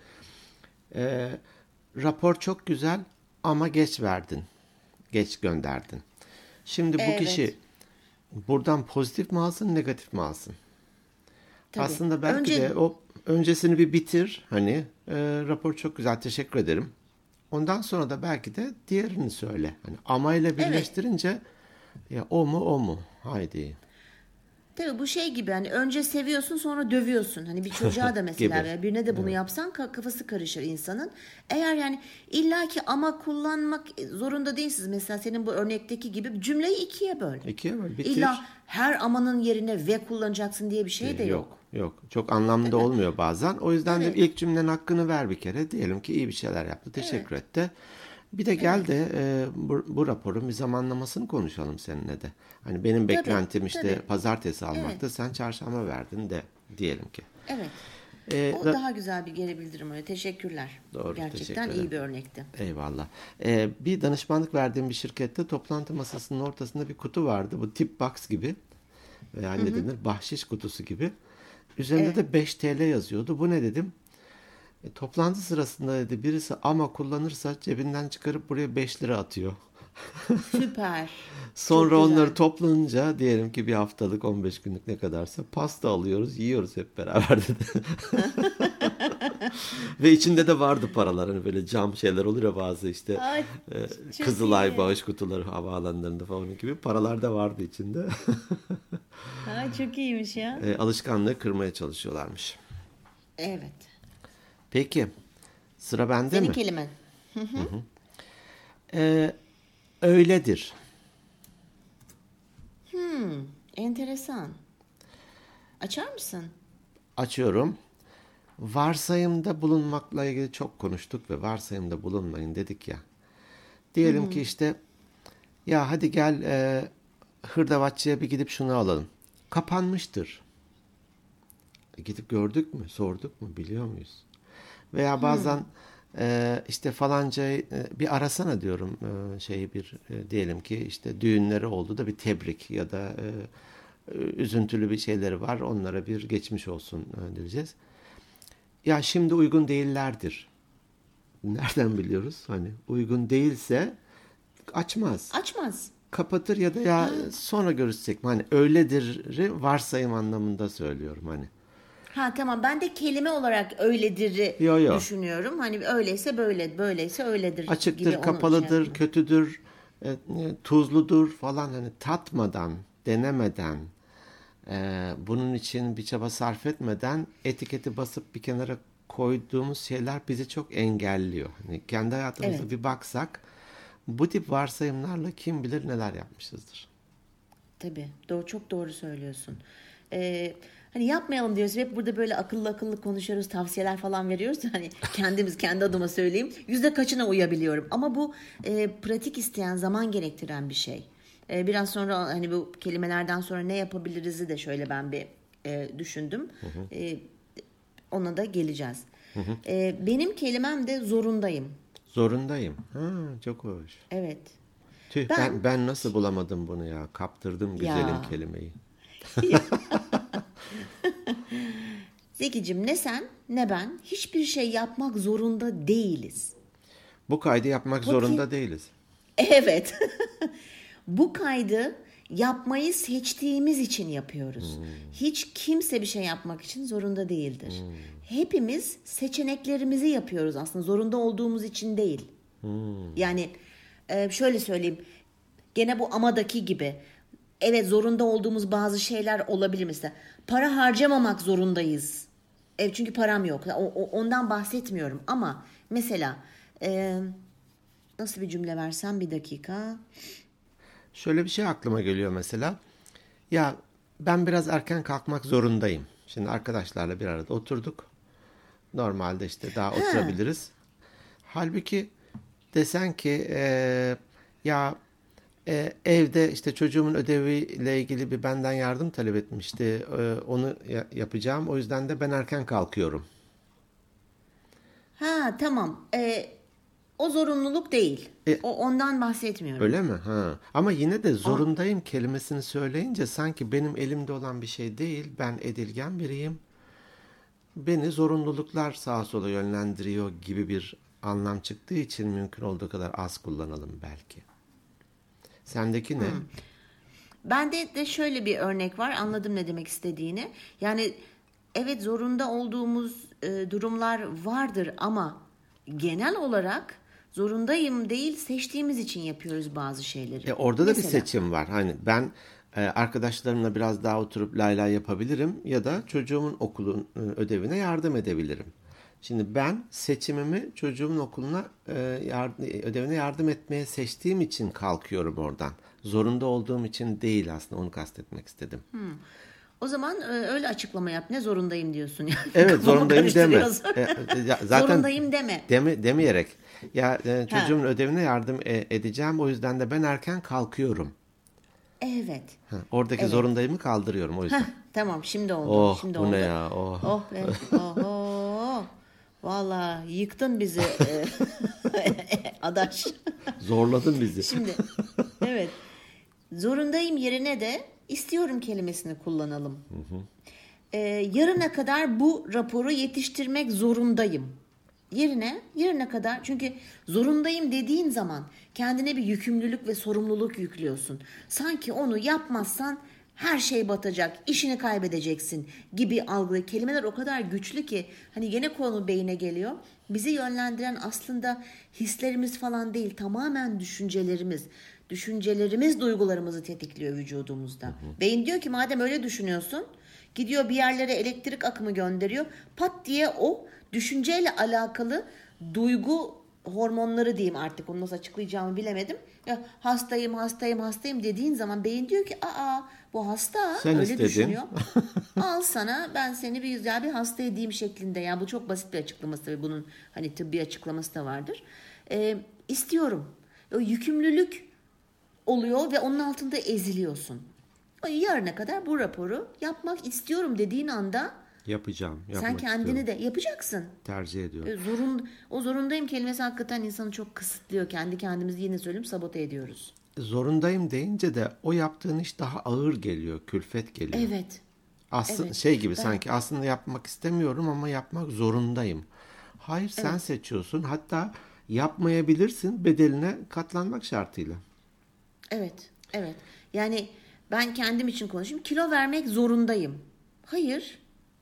[SPEAKER 1] rapor çok güzel ama geç verdin, geç gönderdin. Şimdi bu kişi buradan pozitif mi alsın, negatif mi alsın? Tabii. Aslında belki de o öncesini bir bitir. Hani rapor çok güzel, teşekkür ederim. Ondan sonra da belki de diğerini söyle. Hani ama ile birleştirince ya o mu o mu? Haydi.
[SPEAKER 2] Tabii bu şey gibi hani önce seviyorsun sonra dövüyorsun. Hani bir çocuğa da mesela birine de bunu yapsan kafası karışır insanın. Eğer yani illaki ama kullanmak zorunda değilsiniz. Mesela senin bu örnekteki gibi cümleyi ikiye böl.
[SPEAKER 1] Bitir.
[SPEAKER 2] İlla her amanın yerine ve kullanacaksın diye bir şey de yok.
[SPEAKER 1] Yok. Çok anlamlı da olmuyor bazen. O yüzden de ilk cümlenin hakkını ver bir kere. Diyelim ki iyi bir şeyler yaptı. Teşekkür etti. Bir de gel de bu raporun bir zamanlamasını konuşalım seninle de. Hani benim beklentim işte pazartesi almakta, sen çarşamba verdin de diyelim ki.
[SPEAKER 2] Evet. O daha güzel bir geri bildirim öyle. Teşekkürler.
[SPEAKER 1] Doğru.
[SPEAKER 2] Gerçekten iyi bir örnekti.
[SPEAKER 1] Eyvallah. Bir danışmanlık verdiğim bir şirkette toplantı masasının ortasında bir kutu vardı. Bu tip box gibi veya ne denir? Bahşiş kutusu gibi. Üzerinde de 5 TL yazıyordu. Bu ne dedim? Toplantı sırasında dedi birisi ama kullanırsa cebinden çıkarıp buraya 5 lira atıyor.
[SPEAKER 2] Süper.
[SPEAKER 1] Sonra onları toplanınca diyelim ki bir haftalık 15 günlük ne kadarsa pasta alıyoruz, yiyoruz hep beraber dedi. Ve içinde de vardı paralar. Hani böyle cam şeyler olur ya bazı işte Kızılay bağış kutuları havaalanlarında falan gibi paralar da vardı içinde.
[SPEAKER 2] Çok iyiymiş ya.
[SPEAKER 1] Alışkanlığı kırmaya çalışıyorlarmış.
[SPEAKER 2] Evet.
[SPEAKER 1] Peki. Sıra bende
[SPEAKER 2] Senin
[SPEAKER 1] mi?
[SPEAKER 2] Senin kelimen.
[SPEAKER 1] Öyledir.
[SPEAKER 2] Enteresan. Açar mısın?
[SPEAKER 1] Açıyorum. Varsayımda bulunmakla ilgili çok konuştuk ve varsayımda bulunmayın dedik ya. Diyelim ki işte ya hadi gel hırdavatçıya bir gidip şunu alalım. Kapanmıştır. Gidip gördük mü? Sorduk mu? Biliyor muyuz? Veya bazen işte falancayı bir arasana diyorum diyelim ki işte düğünleri oldu da bir tebrik ya da üzüntülü bir şeyleri var, onlara bir geçmiş olsun diyeceğiz. Ya şimdi uygun değillerdir. Nereden biliyoruz? Hani uygun değilse açmaz. Kapatır ya da sonra görüşecek mi? Hani öyledir'i varsayım anlamında söylüyorum hani.
[SPEAKER 2] Tamam, ben de kelime olarak öyledir düşünüyorum. Hani öyleyse böyle, böyleyse öyledir.
[SPEAKER 1] Açıktır, gibi kapalıdır, kötüdür, tuzludur falan hani tatmadan, denemeden, bunun için bir çaba sarf etmeden etiketi basıp bir kenara koyduğumuz şeyler bizi çok engelliyor. Hani kendi hayatımıza bir baksak bu tip varsayımlarla kim bilir neler yapmışızdır.
[SPEAKER 2] Tabii, çok doğru söylüyorsun. Hani yapmayalım diyoruz. Hep burada böyle akıllı konuşuyoruz, tavsiyeler falan veriyoruz. Hani kendi adıma söyleyeyim. %kaçına uyabiliyorum. Ama bu pratik isteyen, zaman gerektiren bir şey. Biraz sonra hani bu kelimelerden sonra ne yapabiliriz'i de şöyle ben bir düşündüm. Ona da geleceğiz. Benim kelimem de zorundayım.
[SPEAKER 1] Zorundayım. Çok hoş.
[SPEAKER 2] Evet.
[SPEAKER 1] Tüh, ben nasıl bulamadım bunu ya? Kaptırdım güzelim kelimeyi.
[SPEAKER 2] Zekicim, ne sen ne ben hiçbir şey yapmak zorunda değiliz.
[SPEAKER 1] Bu kaydı yapmak zorunda değiliz.
[SPEAKER 2] Evet. Bu kaydı yapmayı seçtiğimiz için yapıyoruz. Hiç kimse bir şey yapmak için zorunda değildir. Hepimiz seçeneklerimizi yapıyoruz aslında, zorunda olduğumuz için değil. Yani şöyle söyleyeyim. Gene bu amadaki gibi. evet zorunda olduğumuz bazı şeyler olabilir mesela. Para harcamamak zorundayız. Evet, çünkü param yok. Ondan bahsetmiyorum ama mesela nasıl bir cümle versem, bir dakika.
[SPEAKER 1] Şöyle bir şey aklıma geliyor mesela. Ya ben biraz erken kalkmak zorundayım. Şimdi arkadaşlarla bir arada oturduk. Normalde işte daha oturabiliriz. Halbuki desen ki ya evde işte çocuğumun ödeviyle ilgili bir benden yardım talep etmişti. Onu yapacağım. O yüzden de ben erken kalkıyorum.
[SPEAKER 2] Ha tamam. O zorunluluk değil. Ondan bahsetmiyorum.
[SPEAKER 1] Öyle mi? Ha. Ama yine de zorundayım kelimesini söyleyince sanki benim elimde olan bir şey değil. Ben edilgen biriyim. Beni zorunluluklar sağa sola yönlendiriyor gibi bir anlam çıktığı için mümkün olduğu kadar az kullanalım belki. Sendeki ne?
[SPEAKER 2] Bende de şöyle bir örnek var. Anladım ne demek istediğini. Yani evet zorunda olduğumuz durumlar vardır ama genel olarak zorundayım değil, seçtiğimiz için yapıyoruz bazı şeyleri.
[SPEAKER 1] Orada da
[SPEAKER 2] Mesela,
[SPEAKER 1] bir seçim var. Hani ben arkadaşlarımla biraz daha oturup lay lay yapabilirim ya da çocuğumun okulun ödevine yardım edebilirim. Şimdi ben seçimimi çocuğumun okuluna ödevine yardım etmeye seçtiğim için kalkıyorum oradan. Zorunda olduğum için değil, aslında onu kastetmek istedim.
[SPEAKER 2] O zaman öyle açıklama yap. Ne zorundayım diyorsun yani.
[SPEAKER 1] Evet, zorundayım deme. Zaten
[SPEAKER 2] zorundayım deme.
[SPEAKER 1] Demeyerek. Ya çocuğumun ödevine yardım edeceğim. O yüzden de ben erken kalkıyorum.
[SPEAKER 2] Evet.
[SPEAKER 1] Oradaki zorundayımı kaldırıyorum o yüzden.
[SPEAKER 2] Tamam, şimdi oldu.
[SPEAKER 1] Oh,
[SPEAKER 2] şimdi
[SPEAKER 1] bu
[SPEAKER 2] oldu.
[SPEAKER 1] ne ya? Oh.
[SPEAKER 2] Oh be. Oh. Vallahi yıktın bizi adaş.
[SPEAKER 1] Zorladın bizi.
[SPEAKER 2] Şimdi evet. Zorundayım yerine de istiyorum kelimesini kullanalım. Yarına kadar bu raporu yetiştirmek zorundayım. Yarına kadar, çünkü zorundayım dediğin zaman kendine bir yükümlülük ve sorumluluk yüklüyorsun. Sanki onu yapmazsan her şey batacak, işini kaybedeceksin gibi algılı. Kelimeler o kadar güçlü ki hani gene konu beyine geliyor. Bizi yönlendiren aslında hislerimiz falan değil, tamamen düşüncelerimiz. Düşüncelerimiz duygularımızı tetikliyor vücudumuzda. Beyin diyor ki madem öyle düşünüyorsun, gidiyor bir yerlere elektrik akımı gönderiyor. Pat diye o düşünceyle alakalı duygu hormonları diyeyim, artık onu nasıl açıklayacağımı bilemedim. Ya, hastayım dediğin zaman beyin diyor ki bu hasta,
[SPEAKER 1] sen
[SPEAKER 2] öyle
[SPEAKER 1] istedin.
[SPEAKER 2] düşünüyor. Al sana, ben seni bir güzel bir hasta edeyim şeklinde. Ya bu çok basit bir açıklaması ve bunun hani tıbbi açıklaması da vardır. İstiyorum. O yükümlülük oluyor ve onun altında eziliyorsun. Yarına kadar bu raporu yapmak istiyorum dediğin anda
[SPEAKER 1] Yapacağım.
[SPEAKER 2] sen kendini de yapacaksın.
[SPEAKER 1] Tercih ediyorum.
[SPEAKER 2] O zorundayım kelimesi hakikaten insanı çok kısıtlıyor. Kendi kendimizi, yine söyleyeyim, sabote ediyoruz.
[SPEAKER 1] Zorundayım deyince de o yaptığın iş daha ağır geliyor, külfet geliyor.
[SPEAKER 2] Evet.
[SPEAKER 1] Aslında şey gibi sanki aslında yapmak istemiyorum ama yapmak zorundayım. Hayır, sen seçiyorsun. Hatta yapmayabilirsin bedeline katlanmak şartıyla.
[SPEAKER 2] Evet. Yani ben kendim için konuşayım. Kilo vermek zorundayım. Hayır.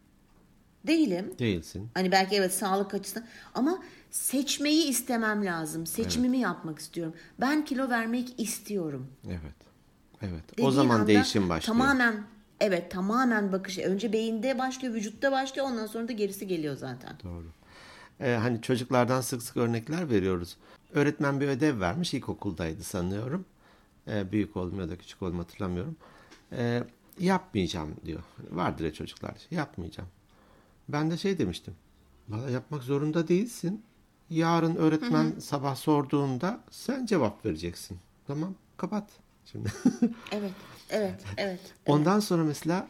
[SPEAKER 2] Değilim.
[SPEAKER 1] Değilsin.
[SPEAKER 2] Hani belki evet sağlık açısından ama seçmeyi istemem lazım. Seçimimi yapmak istiyorum. Ben kilo vermek istiyorum.
[SPEAKER 1] Evet.
[SPEAKER 2] Dediğin
[SPEAKER 1] O zaman
[SPEAKER 2] anda
[SPEAKER 1] değişim başlıyor.
[SPEAKER 2] Tamamen bakış. Önce beyinde başlıyor, vücutta başlıyor. Ondan sonra da gerisi geliyor zaten.
[SPEAKER 1] Doğru. Hani çocuklardan sık sık örnekler veriyoruz. Öğretmen bir ödev vermiş, ilkokuldaydı sanıyorum. Büyük oğlum ya da küçük oğlum hatırlamıyorum. Yapmayacağım diyor. Vardır ya çocuklar. Yapmayacağım. Ben de şey demiştim. Valla yapmak zorunda değilsin. Yarın öğretmen sabah sorduğunda sen cevap vereceksin. Tamam, kapat. Şimdi.
[SPEAKER 2] Evet.
[SPEAKER 1] Ondan sonra mesela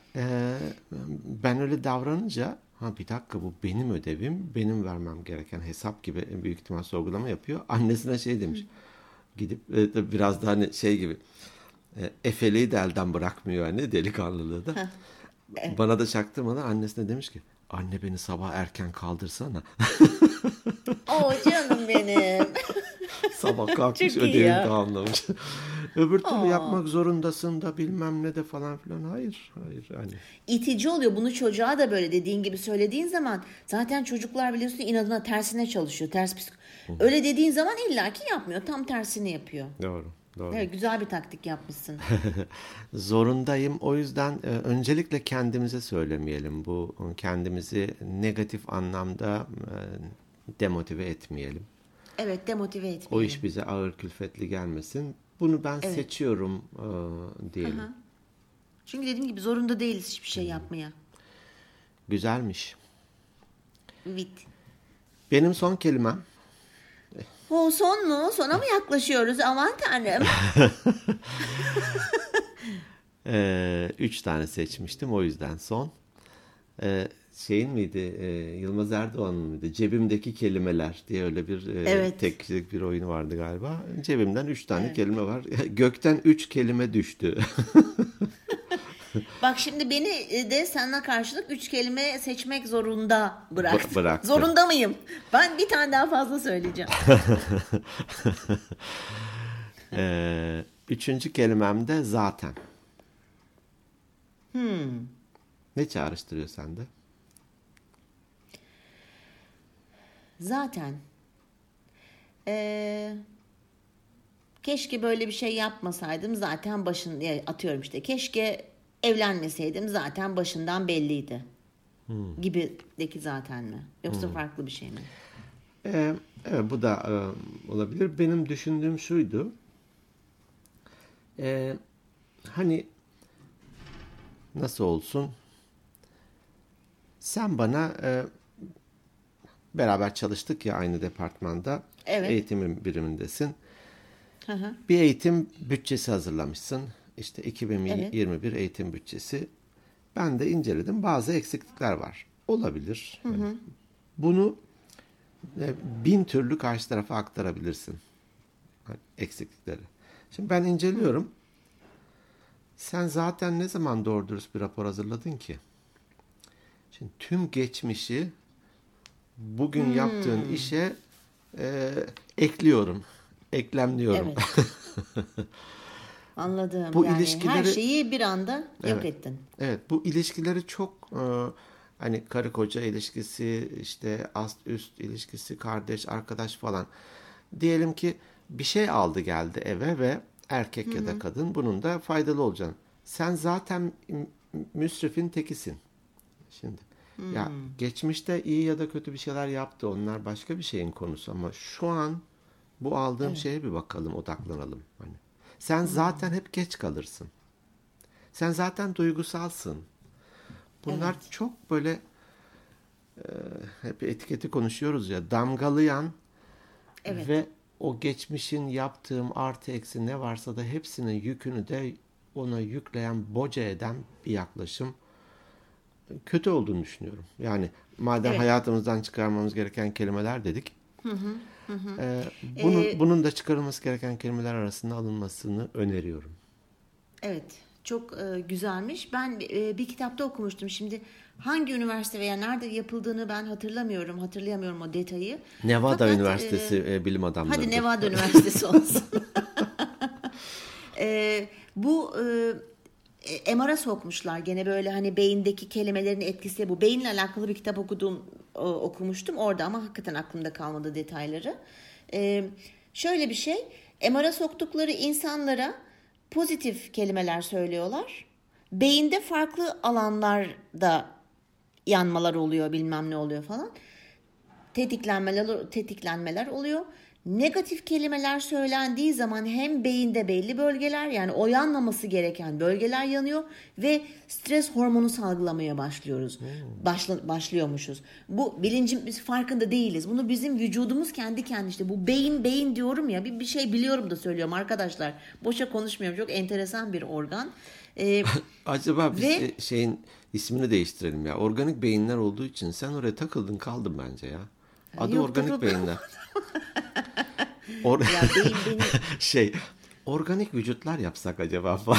[SPEAKER 1] ben öyle davranınca bir dakika, bu benim ödevim, benim vermem gereken hesap gibi büyük ihtimal sorgulama yapıyor. Annesine şey demiş. Gidip biraz da hani şey gibi efeliği de elden bırakmıyor, hani delikanlılığı da. Bana da çaktırmadan annesine demiş ki anne beni sabah erken kaldırsana.
[SPEAKER 2] Canım benim.
[SPEAKER 1] Sabah kalkmış ödevini tamamlamış. Öbür türlü yapmak zorundasın da bilmem ne de falan filan. Hayır. Hani.
[SPEAKER 2] İtici oluyor. Bunu çocuğa da böyle dediğin gibi söylediğin zaman zaten çocuklar biliyorsun inadına tersine çalışıyor. Öyle dediğin zaman illaki yapmıyor. Tam tersini yapıyor.
[SPEAKER 1] Doğru. Doğru.
[SPEAKER 2] Evet, güzel bir taktik yapmışsın.
[SPEAKER 1] Zorundayım. O yüzden öncelikle kendimize söylemeyelim. Bu kendimizi negatif anlamda demotive etmeyelim.
[SPEAKER 2] Evet, demotive etmeyelim.
[SPEAKER 1] O iş bize ağır külfetli gelmesin. Bunu ben seçiyorum diyelim.
[SPEAKER 2] Aha. Çünkü dediğim gibi zorunda değiliz hiçbir şey yapmaya.
[SPEAKER 1] Güzelmiş.
[SPEAKER 2] Evet.
[SPEAKER 1] Benim son kelimem.
[SPEAKER 2] O son mu? Sona mı yaklaşıyoruz? Aman tanrım.
[SPEAKER 1] 3 tane seçmiştim, o yüzden son. Şeyin miydi? Yılmaz Erdoğan'ın mıydı? Cebimdeki kelimeler diye öyle bir tek kişilik bir oyunu vardı galiba. Cebimden 3 tane kelime var. Gökten 3 kelime düştü.
[SPEAKER 2] Bak şimdi beni de sana karşılık 3 kelime seçmek zorunda bıraktın. Zorunda mıyım? Ben bir tane daha fazla söyleyeceğim.
[SPEAKER 1] 3. kelimem de zaten. Ne çağrıştırıyor sende?
[SPEAKER 2] Zaten. Keşke böyle bir şey yapmasaydım, zaten atıyorum işte. Keşke evlenmeseydim, zaten başından belliydi. Gibideki zaten mi? Yoksa farklı bir şey mi?
[SPEAKER 1] Evet, bu da olabilir. Benim düşündüğüm şuydu. Hani nasıl olsun? Sen bana beraber çalıştık ya aynı departmanda.
[SPEAKER 2] Evet.
[SPEAKER 1] Eğitim birimindesin. Bir eğitim bütçesi hazırlamışsın. İşte 2021 eğitim bütçesi. Ben de inceledim. Bazı eksiklikler var. Olabilir. Yani bunu 1000 türlü karşı tarafa aktarabilirsin. Eksiklikleri. Şimdi ben inceliyorum. Sen zaten ne zaman doğru dürüst bir rapor hazırladın ki? Şimdi tüm geçmişi bugün yaptığın işe ekliyorum. Eklemliyorum.
[SPEAKER 2] Evet. Anladım.
[SPEAKER 1] Bu
[SPEAKER 2] yani
[SPEAKER 1] ilişkileri,
[SPEAKER 2] her şeyi bir anda yok ettin.
[SPEAKER 1] Evet. Bu ilişkileri çok hani karı koca ilişkisi, işte ast üst ilişkisi, kardeş, arkadaş falan. Diyelim ki bir şey aldı geldi eve ve erkek ya da kadın bunun da faydalı olacaksın. Sen zaten müsrifin tekisin. Şimdi ya geçmişte iyi ya da kötü bir şeyler yaptı. Onlar başka bir şeyin konusu ama şu an bu aldığım şeye bir bakalım, odaklanalım. Hani sen zaten hep geç kalırsın. Sen zaten duygusalsın. Bunlar çok böyle hep etiketi konuşuyoruz ya, damgalayan ve o geçmişin yaptığım artı eksi ne varsa da hepsinin yükünü de ona yükleyen, boca eden bir yaklaşım. Kötü olduğunu düşünüyorum. Yani madem hayatımızdan çıkarmamız gereken kelimeler dedik. Bunun da çıkarılması gereken kelimeler arasında alınmasını öneriyorum.
[SPEAKER 2] Evet. Çok güzelmiş. Ben bir kitapta okumuştum. Şimdi hangi üniversite veya nerede yapıldığını ben hatırlayamıyorum o detayı.
[SPEAKER 1] Nevada Üniversitesi bilim adamları.
[SPEAKER 2] Hadi Nevada Üniversitesi olsun. Bu MR'a sokmuşlar. Gene böyle hani beyindeki kelimelerin etkisi. Bu beyinle alakalı bir kitap okumuştum orada ama hakikaten aklımda kalmadı detayları. Şöyle bir şey. MR'a soktukları insanlara pozitif kelimeler söylüyorlar. Beyinde farklı alanlarda yanmalar oluyor, bilmem ne oluyor falan. Tetiklenmeler oluyor. Negatif kelimeler söylendiği zaman hem beyinde belli bölgeler, yani o yanmaması gereken bölgeler yanıyor ve stres hormonu salgılamaya başlıyormuşuz. Bu bilincin, biz farkında değiliz. Bunu bizim vücudumuz kendi işte bu beyin diyorum ya, bir şey biliyorum da söylüyorum arkadaşlar. Boşa konuşmuyorum. Çok enteresan bir organ.
[SPEAKER 1] Acaba biz şeyin ismini değiştirelim ya. Organik beyinler olduğu için sen oraya takıldın kaldın bence ya. Adı organik beyinler. Organik vücutlar yapsak acaba falan.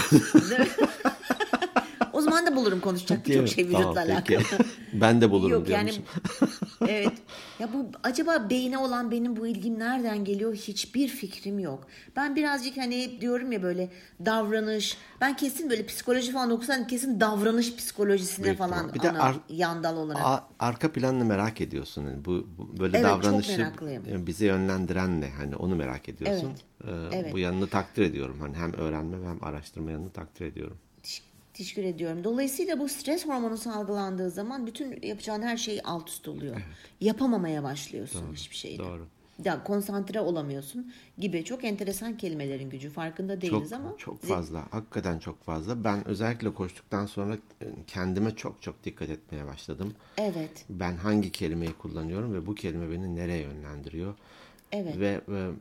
[SPEAKER 2] O zaman da bulurum konuşacak birçok şey vücutla alakalı.
[SPEAKER 1] Ben de bulurum diyormuşum.
[SPEAKER 2] Evet. Ya bu acaba beyne olan benim bu ilgim nereden geliyor? Hiçbir fikrim yok. Ben birazcık hani hep diyorum ya böyle davranış. Ben kesin böyle psikoloji falan okusaydım kesin davranış psikolojisine
[SPEAKER 1] Büyük
[SPEAKER 2] falan
[SPEAKER 1] ihtimal. Bir de
[SPEAKER 2] yandal olarak.
[SPEAKER 1] arka planını merak ediyorsun. Yani bu böyle
[SPEAKER 2] Evet, çok
[SPEAKER 1] davranışı
[SPEAKER 2] meraklıyım.
[SPEAKER 1] bize yönlendiren ne? Hani onu merak ediyorsun.
[SPEAKER 2] Evet.
[SPEAKER 1] Bu yanını takdir ediyorum. Hani hem öğrenme hem araştırma yanını takdir ediyorum.
[SPEAKER 2] Teşekkür ediyorum. Dolayısıyla bu stres hormonu salgılandığı zaman bütün yapacağın her şey alt üst oluyor. Evet. Yapamamaya başlıyorsun hiçbir şeyde.
[SPEAKER 1] Doğru.
[SPEAKER 2] Ya konsantre olamıyorsun gibi çok enteresan kelimelerin gücü. Farkında değiliz ama.
[SPEAKER 1] Çok fazla. Hakikaten çok fazla. Ben özellikle koştuktan sonra kendime çok dikkat etmeye başladım.
[SPEAKER 2] Evet.
[SPEAKER 1] Ben hangi kelimeyi kullanıyorum ve bu kelime beni nereye yönlendiriyor?
[SPEAKER 2] Evet.
[SPEAKER 1] Ve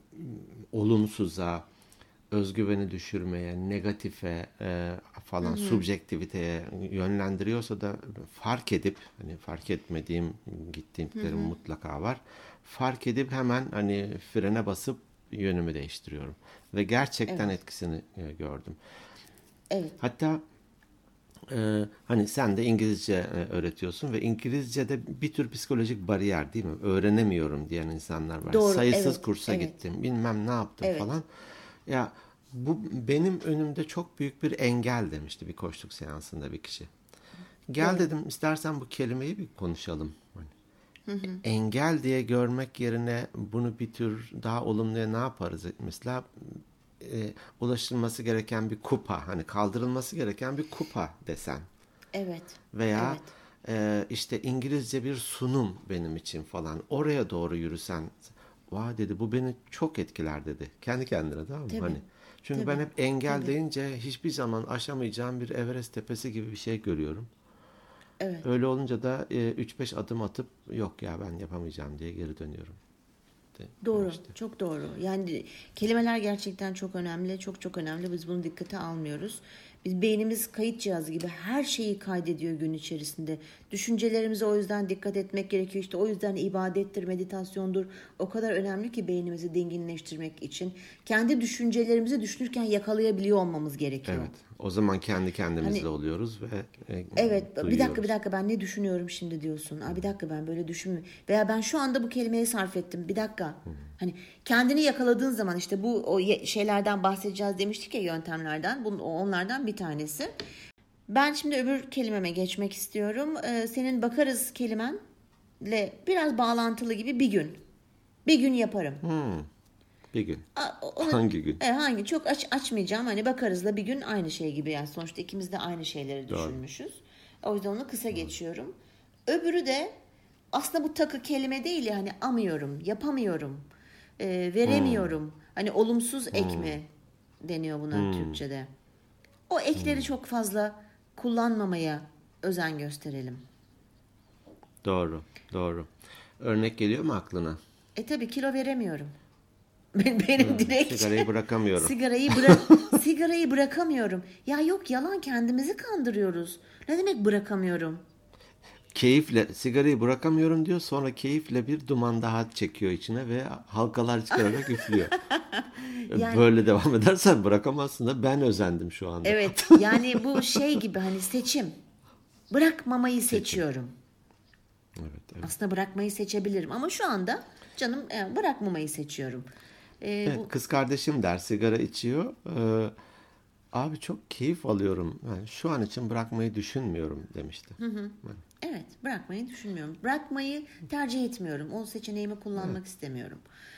[SPEAKER 1] olumsuza, özgüveni düşürmeye, negatife falan, subjektiviteye yönlendiriyorsa da fark edip, hani fark etmediğim gittiğim mutlaka var. Fark edip hemen hani frene basıp yönümü değiştiriyorum. Ve gerçekten etkisini gördüm.
[SPEAKER 2] Evet.
[SPEAKER 1] Hatta hani sen de İngilizce öğretiyorsun ve İngilizce'de bir tür psikolojik bariyer değil mi? Öğrenemiyorum diyen insanlar var.
[SPEAKER 2] Doğru,
[SPEAKER 1] Sayısız kursa gittim, bilmem ne yaptım falan. Ya bu benim önümde çok büyük bir engel demişti bir koçluk seansında bir kişi. Gel dedim, istersen bu kelimeyi bir konuşalım. Engel diye görmek yerine bunu bir tür daha olumluya ne yaparız? Mesela ulaşılması gereken bir kupa, hani kaldırılması gereken bir kupa desen.
[SPEAKER 2] Evet.
[SPEAKER 1] Veya işte İngilizce bir sunum benim için falan. Oraya doğru yürüsen, vay dedi, bu beni çok etkiler dedi. Kendi kendine, tamam mı?
[SPEAKER 2] Tabii.
[SPEAKER 1] Hani çünkü ben hep engel deyince hiçbir zaman aşamayacağım bir Everest tepesi gibi bir şey görüyorum.
[SPEAKER 2] Evet.
[SPEAKER 1] Öyle olunca da 3-5 adım atıp yok ya ben yapamayacağım diye geri dönüyorum.
[SPEAKER 2] Doğru, işte. Çok doğru. Yani kelimeler gerçekten çok önemli, çok önemli. Biz bunu dikkate almıyoruz. Biz beynimiz kayıt cihazı gibi her şeyi kaydediyor gün içerisinde. Düşüncelerimize o yüzden dikkat etmek gerekiyor. İşte o yüzden ibadettir, meditasyondur. O kadar önemli ki beynimizi dinginleştirmek için. Kendi düşüncelerimizi düşünürken yakalayabiliyor olmamız gerekiyor.
[SPEAKER 1] Evet. O zaman kendi kendimizle oluyoruz ve
[SPEAKER 2] evet,
[SPEAKER 1] duyuyoruz.
[SPEAKER 2] bir dakika ben ne düşünüyorum şimdi diyorsun. Bir dakika ben böyle düşünmüyorum. Veya ben şu anda bu kelimeyi sarf ettim. Bir dakika. Hani kendini yakaladığın zaman işte bu o şeylerden bahsedeceğiz demiştik ya, yöntemlerden. Onlardan bir tanesi. Ben şimdi öbür kelimeme geçmek istiyorum. Senin bakarız kelimenle biraz bağlantılı gibi bir gün. Bir gün yaparım.
[SPEAKER 1] Bir gün. Hangi gün?
[SPEAKER 2] Hangi? Çok açmayacağım. Hani bakarızla bir gün aynı şey gibi. Yani sonuçta ikimiz de aynı şeyleri düşünmüşüz. O yüzden onu kısa geçiyorum. Öbürü de aslında bu takı kelime değil ya, hani amıyorum, yapamıyorum, veremiyorum. Hani olumsuz ek mi deniyor buna Türkçe'de. O ekleri çok fazla kullanmamaya özen gösterelim.
[SPEAKER 1] Doğru. Örnek geliyor mu aklına?
[SPEAKER 2] Tabii kilo veremiyorum. Benim direkt
[SPEAKER 1] sigarayı bırakamıyorum.
[SPEAKER 2] Sigarayı bırakamıyorum. Ya yok, yalan, kendimizi kandırıyoruz. Ne demek bırakamıyorum?
[SPEAKER 1] Keyifle sigarayı bırakamıyorum diyor, sonra keyifle bir duman daha çekiyor içine ve halkalar çıkararak üflüyor. Yani, böyle devam edersen bırakamazsın da ben özendim şu anda.
[SPEAKER 2] Evet, yani bu şey gibi, hani seçim. Bırakmamayı seçiyorum.
[SPEAKER 1] Evet.
[SPEAKER 2] Aslında bırakmayı seçebilirim ama şu anda canım bırakmamayı seçiyorum.
[SPEAKER 1] Kız kardeşim der, sigara içiyor. Abi çok keyif alıyorum. Yani şu an için bırakmayı düşünmüyorum demişti.
[SPEAKER 2] Evet, bırakmayı düşünmüyorum. Bırakmayı tercih etmiyorum. O seçeneğimi kullanmak istemiyorum.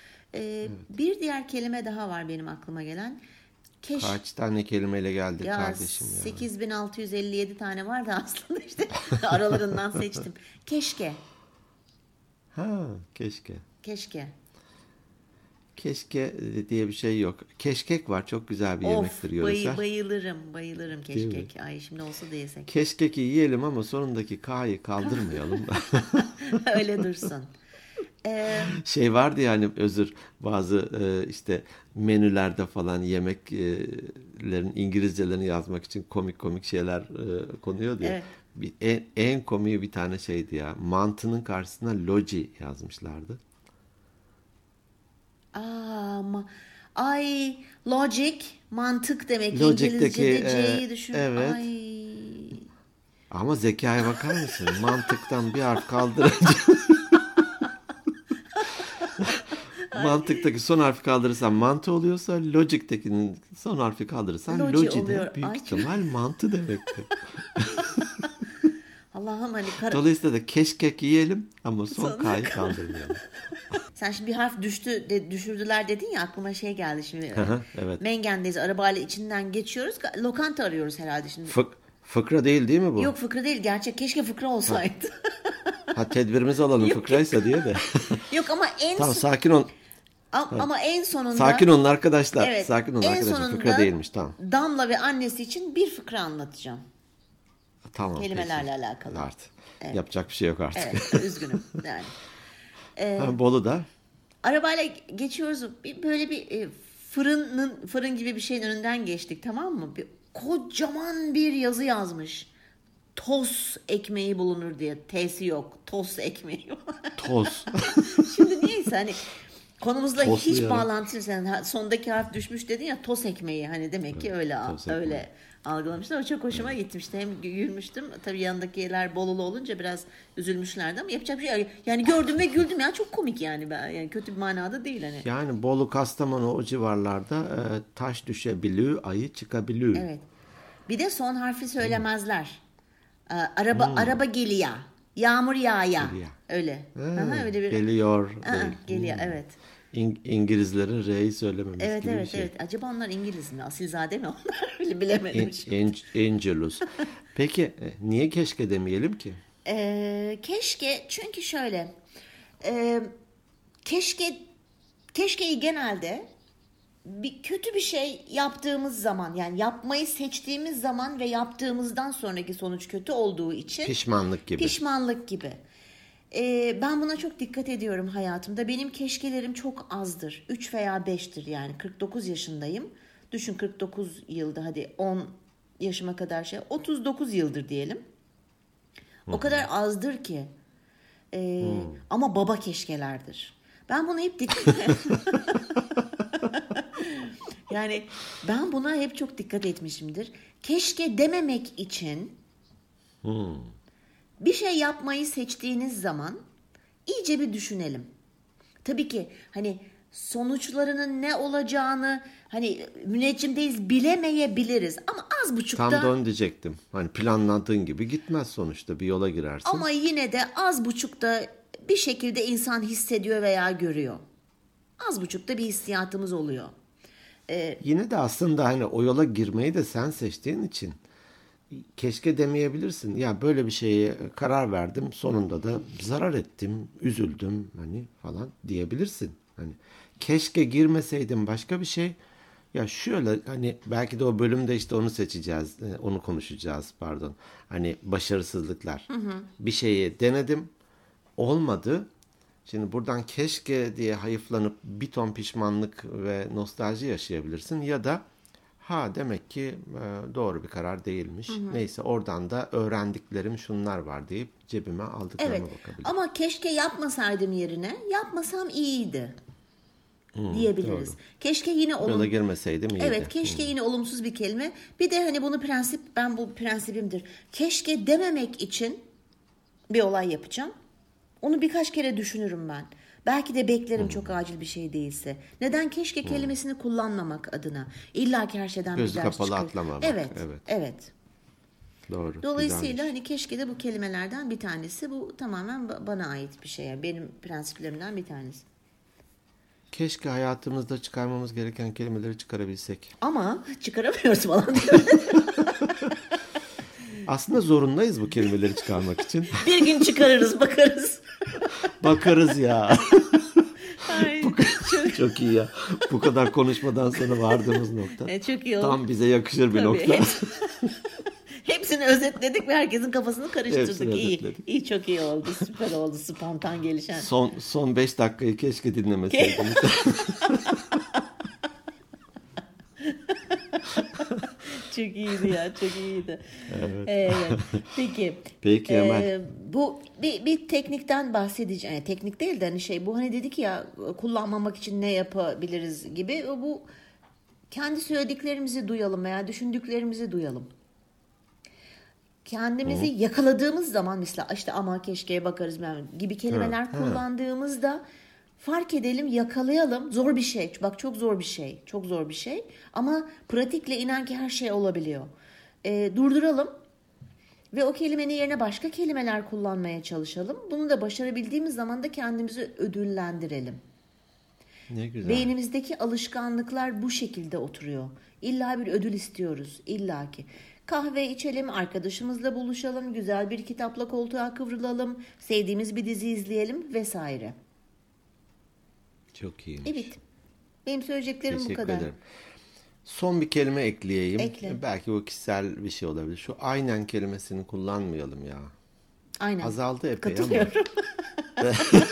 [SPEAKER 2] Bir diğer kelime daha var benim aklıma gelen.
[SPEAKER 1] Kaç tane kelimeyle geldi kardeşim ya?
[SPEAKER 2] 8657 tane var da aslında işte aralarından seçtim. Keşke.
[SPEAKER 1] Keşke.
[SPEAKER 2] Keşke
[SPEAKER 1] diye bir şey yok. Keşkek var. Çok güzel bir yemektir yöresel.
[SPEAKER 2] Bayılırım keşkek. Ay şimdi olsa da yesek.
[SPEAKER 1] Keşkeki yiyelim ama sonundaki K'yı kaldırmayalım da.
[SPEAKER 2] Öyle dursun.
[SPEAKER 1] Şey vardı ya hani, bazı işte menülerde falan yemeklerin İngilizcelerini yazmak için komik şeyler konuyordu ya. Evet. En komiği bir tane şeydi ya. Mantının karşısına loji yazmışlardı.
[SPEAKER 2] Logic, mantık demek.
[SPEAKER 1] Logic'teki,
[SPEAKER 2] İngilizce'de C'yi düşün.
[SPEAKER 1] Evet. Ama zekaya bakar mısın? Mantıktan bir harf kaldırınca. Mantıktaki son harfi kaldırırsan mantı oluyorsa logic'tekinin son harfi kaldırırsan logi de büyük ihtimal mantı demektir.
[SPEAKER 2] Allah'ım hani
[SPEAKER 1] Dolayısıyla da keşkek yiyelim ama son K'yı kaldırmayalım.
[SPEAKER 2] Sen şimdi bir harf düşürdüler dedin ya, aklıma şey geldi şimdi.
[SPEAKER 1] Evet.
[SPEAKER 2] Mengen'deyiz, arabayla içinden geçiyoruz. Lokanta arıyoruz herhalde şimdi.
[SPEAKER 1] Fıkra değil mi bu?
[SPEAKER 2] Yok, fıkra değil gerçek. Keşke fıkra olsaydı.
[SPEAKER 1] Tedbirimizi alalım fıkraysa diye de.
[SPEAKER 2] Yok ama
[SPEAKER 1] Tamam, sakin ol.
[SPEAKER 2] Ama en sonunda.
[SPEAKER 1] Sakin olun arkadaşlar.
[SPEAKER 2] Evet,
[SPEAKER 1] sakin olun arkadaşlar. Fıkra değilmiş, tamam.
[SPEAKER 2] Damla ve annesi için bir fıkra anlatacağım.
[SPEAKER 1] Tamam.
[SPEAKER 2] Kelimelerle alakalı.
[SPEAKER 1] Artık. Evet. Yapacak bir şey yok artık.
[SPEAKER 2] Evet, üzgünüm yani.
[SPEAKER 1] Bolu'da.
[SPEAKER 2] Arabayla geçiyoruz. Böyle bir fırın gibi bir şeyin önünden geçtik, tamam mı? Kocaman bir yazı yazmış. Toz ekmeği bulunur diye. T'si yok. Toz ekmeği.
[SPEAKER 1] Toz.
[SPEAKER 2] Şimdi niyeyse hani konumuzla
[SPEAKER 1] Toslu
[SPEAKER 2] hiç
[SPEAKER 1] ya.
[SPEAKER 2] bağlantılı. Sen sondaki harf düşmüş dedin ya, toz ekmeği. Hani demek ki öyle algılamışlar. O çok hoşuma gitmişti. Hem gülmüştüm. Tabii yanındakiler Bolulu olunca biraz üzülmüşlerdi ama yapacak bir şey yok. Yani gördüm ve güldüm ya. Çok komik yani. Yani kötü bir manada değil hani.
[SPEAKER 1] Yani Bolu, Kastamonu o civarlarda taş düşebiliyor, ayı çıkabiliyor.
[SPEAKER 2] Evet. Bir de son harfi söylemezler. Araba geliyor. Yağmur yağya. Öyle. Öyle bir.
[SPEAKER 1] Geliyor.
[SPEAKER 2] Geliyor, evet.
[SPEAKER 1] İngilizlerin R'yi söylememiz
[SPEAKER 2] evet,
[SPEAKER 1] gibi
[SPEAKER 2] evet,
[SPEAKER 1] bir şey.
[SPEAKER 2] Evet. Acaba onlar İngiliz mi? Asilzade mi onlar? Öyle bilemedim.
[SPEAKER 1] Angelus. Peki niye keşke demeyelim ki?
[SPEAKER 2] Keşke, çünkü şöyle. Keşkeyi genelde kötü bir şey yaptığımız zaman, yani yapmayı seçtiğimiz zaman ve yaptığımızdan sonraki sonuç kötü olduğu için pişmanlık gibi. Ben buna çok dikkat ediyorum hayatımda. Benim keşkelerim çok azdır. 3 veya 5'tir yani. 49 yaşındayım. Düşün, 49 yılda, hadi 10 yaşıma kadar 39 yıldır diyelim. O kadar azdır ki. Ama baba keşkelerdir. Ben buna hep dikkat Yani ben buna hep çok dikkat etmişimdir. Keşke dememek için bir şey yapmayı seçtiğiniz zaman iyice bir düşünelim. Tabii ki hani sonuçlarının ne olacağını hani müneccim değiliz, bilemeyebiliriz ama az buçukta.
[SPEAKER 1] Tam da onu diyecektim. Hani planladığın gibi gitmez sonuçta, bir yola girersin.
[SPEAKER 2] Ama yine de az buçukta bir şekilde insan hissediyor veya görüyor. Az buçukta bir hissiyatımız oluyor.
[SPEAKER 1] Yine de aslında hani o yola girmeyi de sen seçtiğin için keşke demeyebilirsin. Ya böyle bir şeye karar verdim, sonunda da zarar ettim, üzüldüm hani falan diyebilirsin. Hani keşke girmeseydim başka bir şey. Ya şöyle, hani belki de o bölümde işte onu seçeceğiz, onu konuşacağız pardon. Hani başarısızlıklar. Bir şeyi denedim, olmadı. Şimdi buradan keşke diye hayıflanıp bir ton pişmanlık ve nostalji yaşayabilirsin. Ya da demek ki doğru bir karar değilmiş. Neyse, oradan da öğrendiklerim şunlar var deyip cebime aldıklarıma bakabilirim.
[SPEAKER 2] Ama keşke yapmasaydım yerine yapmasam iyiydi diyebiliriz. Doğru. Keşke yine
[SPEAKER 1] yola girmeseydim iyiydi.
[SPEAKER 2] Evet, keşke yine olumsuz bir kelime. Bir de hani bu prensibimdir. Keşke dememek için bir olay yapacağım. Onu birkaç kere düşünürüm ben. Belki de beklerim çok acil bir şey değilse. Neden keşke kelimesini kullanmamak adına. İlla ki her şeyden bir ders çıkar.
[SPEAKER 1] Gözü kapalı atlamamak.
[SPEAKER 2] Evet.
[SPEAKER 1] Doğru.
[SPEAKER 2] Dolayısıyla
[SPEAKER 1] güzelmiş.
[SPEAKER 2] hani keşke de bu kelimelerden bir tanesi. Bu tamamen bana ait bir şey. Benim prensiplerimden bir tanesi.
[SPEAKER 1] Keşke hayatımızda çıkarmamız gereken kelimeleri çıkarabilsek.
[SPEAKER 2] Ama çıkaramıyoruz falan diyor.
[SPEAKER 1] Aslında zorundayız bu kelimeleri çıkarmak için.
[SPEAKER 2] Bir gün çıkarırız, bakarız.
[SPEAKER 1] Bakarız ya.
[SPEAKER 2] Ay,
[SPEAKER 1] çok iyi ya. Bu kadar konuşmadan sonra vardığımız nokta.
[SPEAKER 2] Çok iyi oldu.
[SPEAKER 1] Tam bize yakışır bir nokta.
[SPEAKER 2] Hepsini özetledik ve herkesin kafasını karıştırdık. İyi, çok iyi oldu. Süper oldu, spontan gelişen.
[SPEAKER 1] Son 5 dakikayı keşke dinlemeseydiniz.
[SPEAKER 2] Çok iyiydi ya, çok iyiydi. Evet. Peki
[SPEAKER 1] Emel.
[SPEAKER 2] Bu bir teknikten bahsedeceğim. Yani teknik değil de hani bu hani dedik ya, kullanmamak için ne yapabiliriz gibi. Bu kendi söylediklerimizi duyalım veya düşündüklerimizi duyalım. Kendimizi yakaladığımız zaman mesela işte ama keşkeye bakarız gibi kelimeler kullandığımızda fark edelim, yakalayalım. Zor bir şey. Bak çok zor bir şey. Çok zor bir şey. Ama pratikle inan ki her şey olabiliyor. Durduralım. Ve o kelimenin yerine başka kelimeler kullanmaya çalışalım. Bunu da başarabildiğimiz zaman da kendimizi ödüllendirelim.
[SPEAKER 1] Ne güzel.
[SPEAKER 2] Beynimizdeki alışkanlıklar bu şekilde oturuyor. İlla bir ödül istiyoruz. İlla ki. Kahve içelim, arkadaşımızla buluşalım, güzel bir kitapla koltuğa kıvrılalım, sevdiğimiz bir dizi izleyelim vesaire.
[SPEAKER 1] Çok iyiymiş.
[SPEAKER 2] Evet. Benim söyleyeceklerim
[SPEAKER 1] Teşekkür
[SPEAKER 2] bu kadar.
[SPEAKER 1] ederim. Son bir kelime ekleyeyim.
[SPEAKER 2] Ekle.
[SPEAKER 1] Belki bu kişisel bir şey olabilir. Şu aynen kelimesini kullanmayalım ya.
[SPEAKER 2] Aynen.
[SPEAKER 1] Azaldı epey
[SPEAKER 2] Katılıyorum.
[SPEAKER 1] ama.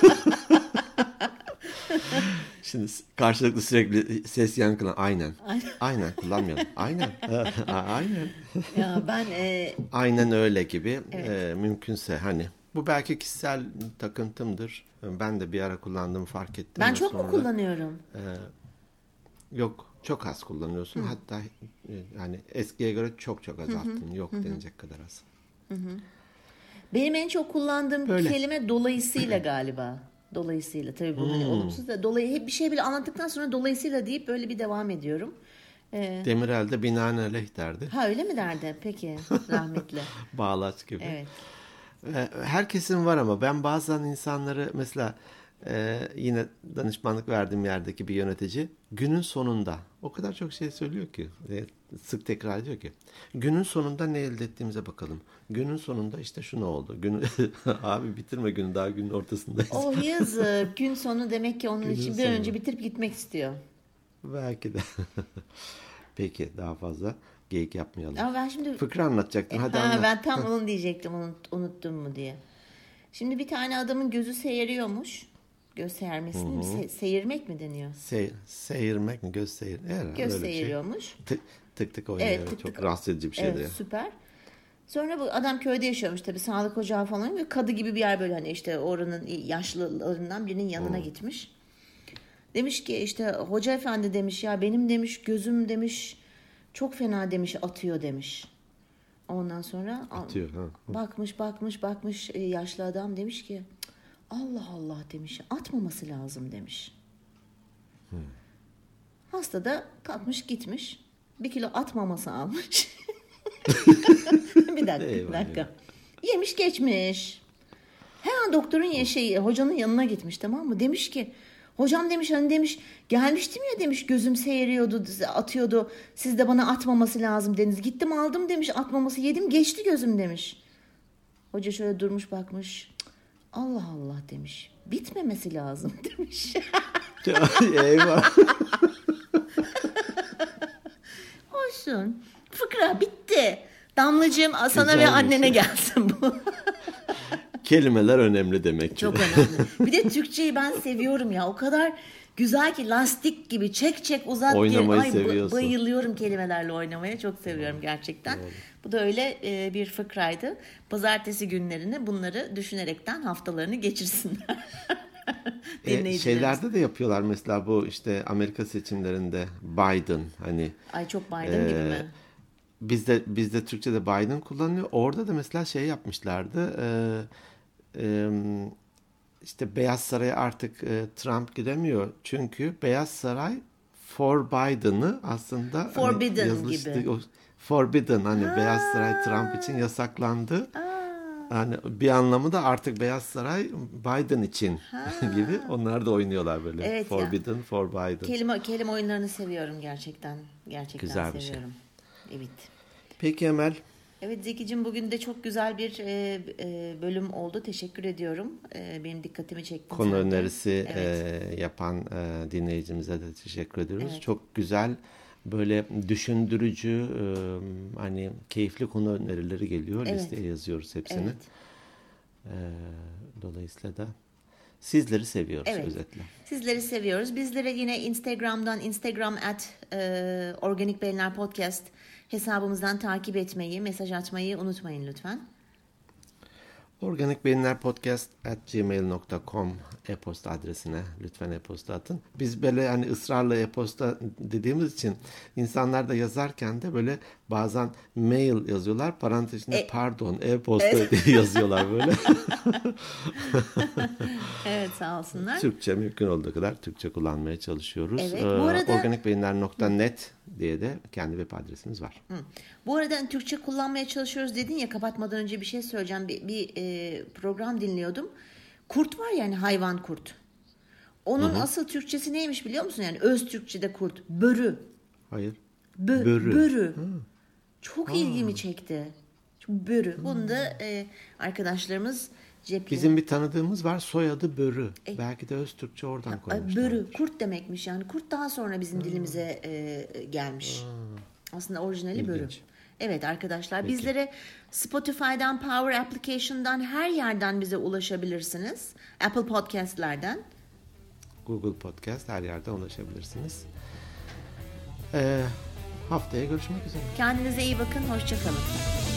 [SPEAKER 1] Şimdi karşılıklı sürekli ses yankılan aynen. Aynen kullanmayalım. Aynen. Aynen.
[SPEAKER 2] Ya ben
[SPEAKER 1] Aynen öyle gibi.
[SPEAKER 2] Evet.
[SPEAKER 1] Mümkünse hani. Bu belki kişisel takıntımdır. Ben de bir ara kullandığımı fark ettim.
[SPEAKER 2] ben
[SPEAKER 1] ve
[SPEAKER 2] çok mu
[SPEAKER 1] sonra,
[SPEAKER 2] kullanıyorum?
[SPEAKER 1] Yok, çok az kullanıyorsun. Hatta yani eskiye göre çok azalttın. Yok denecek kadar az.
[SPEAKER 2] Benim en çok kullandığım
[SPEAKER 1] Böyle.
[SPEAKER 2] kelime dolayısıyla galiba. Dolayısıyla tabii bu hani olumsuz da hep bir şey bile anlattıktan sonra dolayısıyla deyip böyle bir devam ediyorum.
[SPEAKER 1] Demirel de binaenaleyh derdi.
[SPEAKER 2] Ha öyle mi derdi? Peki rahmetli.
[SPEAKER 1] Bağlaç gibi.
[SPEAKER 2] Evet.
[SPEAKER 1] Herkesin var ama ben bazen insanları mesela yine danışmanlık verdiğim yerdeki bir yönetici günün sonunda o kadar çok şey söylüyor ki sık tekrar ediyor ki günün sonunda ne elde ettiğimize bakalım. Günün sonunda işte şu ne oldu? Abi bitirme günü, daha günün ortasındayız.
[SPEAKER 2] Oh yazık. Gün sonu demek ki onun
[SPEAKER 1] Günün
[SPEAKER 2] için bir
[SPEAKER 1] sonu.
[SPEAKER 2] önce bitirip gitmek istiyor.
[SPEAKER 1] Belki de. Peki daha fazla geyik yapmayalım.
[SPEAKER 2] Ama ben şimdi
[SPEAKER 1] Fıkra anlatacaktım. Hadi anlat.
[SPEAKER 2] ben tam onu diyecektim, unuttum mu diye. Şimdi bir tane adamın gözü seyiriyormuş. Göz seyirmesini mi? Seyirmek mi deniyor?
[SPEAKER 1] Seyirmek mi? Göz seyir.
[SPEAKER 2] Göz seyiriyormuş.
[SPEAKER 1] Şey. Tık tık oynuyor.
[SPEAKER 2] Evet, tık
[SPEAKER 1] çok
[SPEAKER 2] tık.
[SPEAKER 1] rahatsız edici bir şeydi.
[SPEAKER 2] Evet, süper. Sonra bu adam köyde yaşıyormuş tabii, sağlık ocağı falan ve kadı gibi bir yer, böyle hani işte oranın yaşlılarından birinin yanına gitmiş. Demiş ki işte hoca efendi demiş, ya benim demiş gözüm demiş çok fena demiş atıyor demiş. Ondan sonra
[SPEAKER 1] Atıyor, ha.
[SPEAKER 2] bakmış yaşlı adam demiş ki Allah Allah demiş, atmaması lazım demiş. Hasta da gitmiş 1 kilo at maması almış. bir dakika. Yemiş geçmiş. Hemen doktorun hocanın yanına gitmiş, tamam mı? Demiş ki hocam demiş, hani demiş gelmiştim ya demiş, gözüm seyiriyordu, atıyordu. Siz de bana atmaması lazım dediniz. Gittim aldım demiş, atmaması yedim, geçti gözüm demiş. Hoca şöyle durmuş bakmış. Allah Allah demiş. Bitmemesi lazım demiş.
[SPEAKER 1] Eyvah.
[SPEAKER 2] Olsun. Fıkra bitti. Damlacığım sana
[SPEAKER 1] Güzel
[SPEAKER 2] ve annene
[SPEAKER 1] şey.
[SPEAKER 2] gelsin bu.
[SPEAKER 1] Kelimeler önemli demek ki.
[SPEAKER 2] Çok önemli. Bir de Türkçeyi ben seviyorum ya. O kadar güzel ki, lastik gibi çek uzat diye.
[SPEAKER 1] Oynamayı seviyorsun.
[SPEAKER 2] Bayılıyorum kelimelerle oynamaya. Çok seviyorum gerçekten. Bu da öyle bir fıkraydı. Pazartesi günlerini bunları düşünerekten haftalarını geçirsinler.
[SPEAKER 1] Şeylerde de yapıyorlar mesela, bu işte Amerika seçimlerinde Biden hani.
[SPEAKER 2] Ay çok Biden gibi mi?
[SPEAKER 1] Bizde Türkçe'de Biden kullanılıyor. Orada da mesela şey yapmışlardı. İşte Beyaz Saray'a artık Trump giremiyor. Çünkü Beyaz Saray for Biden'ı aslında
[SPEAKER 2] Forbidden
[SPEAKER 1] hani
[SPEAKER 2] gibi.
[SPEAKER 1] Forbidden, hani Beyaz Saray Trump için yasaklandı. Yani bir anlamı da artık Beyaz Saray Biden için gibi. Onlar da oynuyorlar böyle.
[SPEAKER 2] Evet,
[SPEAKER 1] Forbidden
[SPEAKER 2] ya.
[SPEAKER 1] for Biden.
[SPEAKER 2] Kelime oyunlarını seviyorum gerçekten. Gerçekten
[SPEAKER 1] güzel bir
[SPEAKER 2] seviyorum. Şey. Evet.
[SPEAKER 1] Peki Emel.
[SPEAKER 2] Evet Zekicim, bugün de çok güzel bir bölüm oldu. Teşekkür ediyorum. Benim dikkatimi çekti.
[SPEAKER 1] Konu önerisi
[SPEAKER 2] evet.
[SPEAKER 1] yapan dinleyicimize de teşekkür ediyoruz.
[SPEAKER 2] Evet.
[SPEAKER 1] Çok güzel, böyle düşündürücü, hani keyifli konu önerileri geliyor.
[SPEAKER 2] Evet.
[SPEAKER 1] Listeye yazıyoruz hepsini.
[SPEAKER 2] Evet.
[SPEAKER 1] Dolayısıyla da sizleri seviyoruz,
[SPEAKER 2] evet.
[SPEAKER 1] özetle.
[SPEAKER 2] Sizleri seviyoruz. Bizlere yine Instagram @Organik Beyinler Podcast hesabımızdan takip etmeyi, mesaj atmayı unutmayın lütfen.
[SPEAKER 1] organikbeyinlerpodcast@gmail.com e-posta adresine lütfen e-posta atın. Biz böyle hani ısrarla e-posta dediğimiz için insanlar da yazarken de böyle bazen mail yazıyorlar. Parantez içinde pardon e-posta diye yazıyorlar böyle.
[SPEAKER 2] Evet, sağ olsunlar.
[SPEAKER 1] Türkçe mümkün olduğu kadar Türkçe kullanmaya çalışıyoruz.
[SPEAKER 2] Evet, bu arada
[SPEAKER 1] organikbeyinler.net diye de kendi web adresimiz var.
[SPEAKER 2] Bu arada Türkçe kullanmaya çalışıyoruz dedin ya, kapatmadan önce bir şey söyleyeceğim. Bir program dinliyordum. Kurt var yani, hayvan kurt. Onun asıl Türkçesi neymiş biliyor musun? Yani öz Türkçe'de kurt. Börü.
[SPEAKER 1] Hayır.
[SPEAKER 2] Börü. Çok ilgimi çekti. Börü. Bunu da arkadaşlarımız cepli.
[SPEAKER 1] Bizim bir tanıdığımız var, soyadı Börü. Belki de öz Türkçe oradan koymuşlar.
[SPEAKER 2] Börü. Kurt demekmiş yani. Kurt daha sonra bizim dilimize gelmiş. Aslında orijinali Börü. Evet arkadaşlar, bizlere Spotify'dan, Power Application'dan, her yerden bize ulaşabilirsiniz. Apple Podcast'lerden.
[SPEAKER 1] Google Podcast, her yerden ulaşabilirsiniz. Haftaya görüşmek üzere.
[SPEAKER 2] Kendinize iyi bakın, hoşça kalın.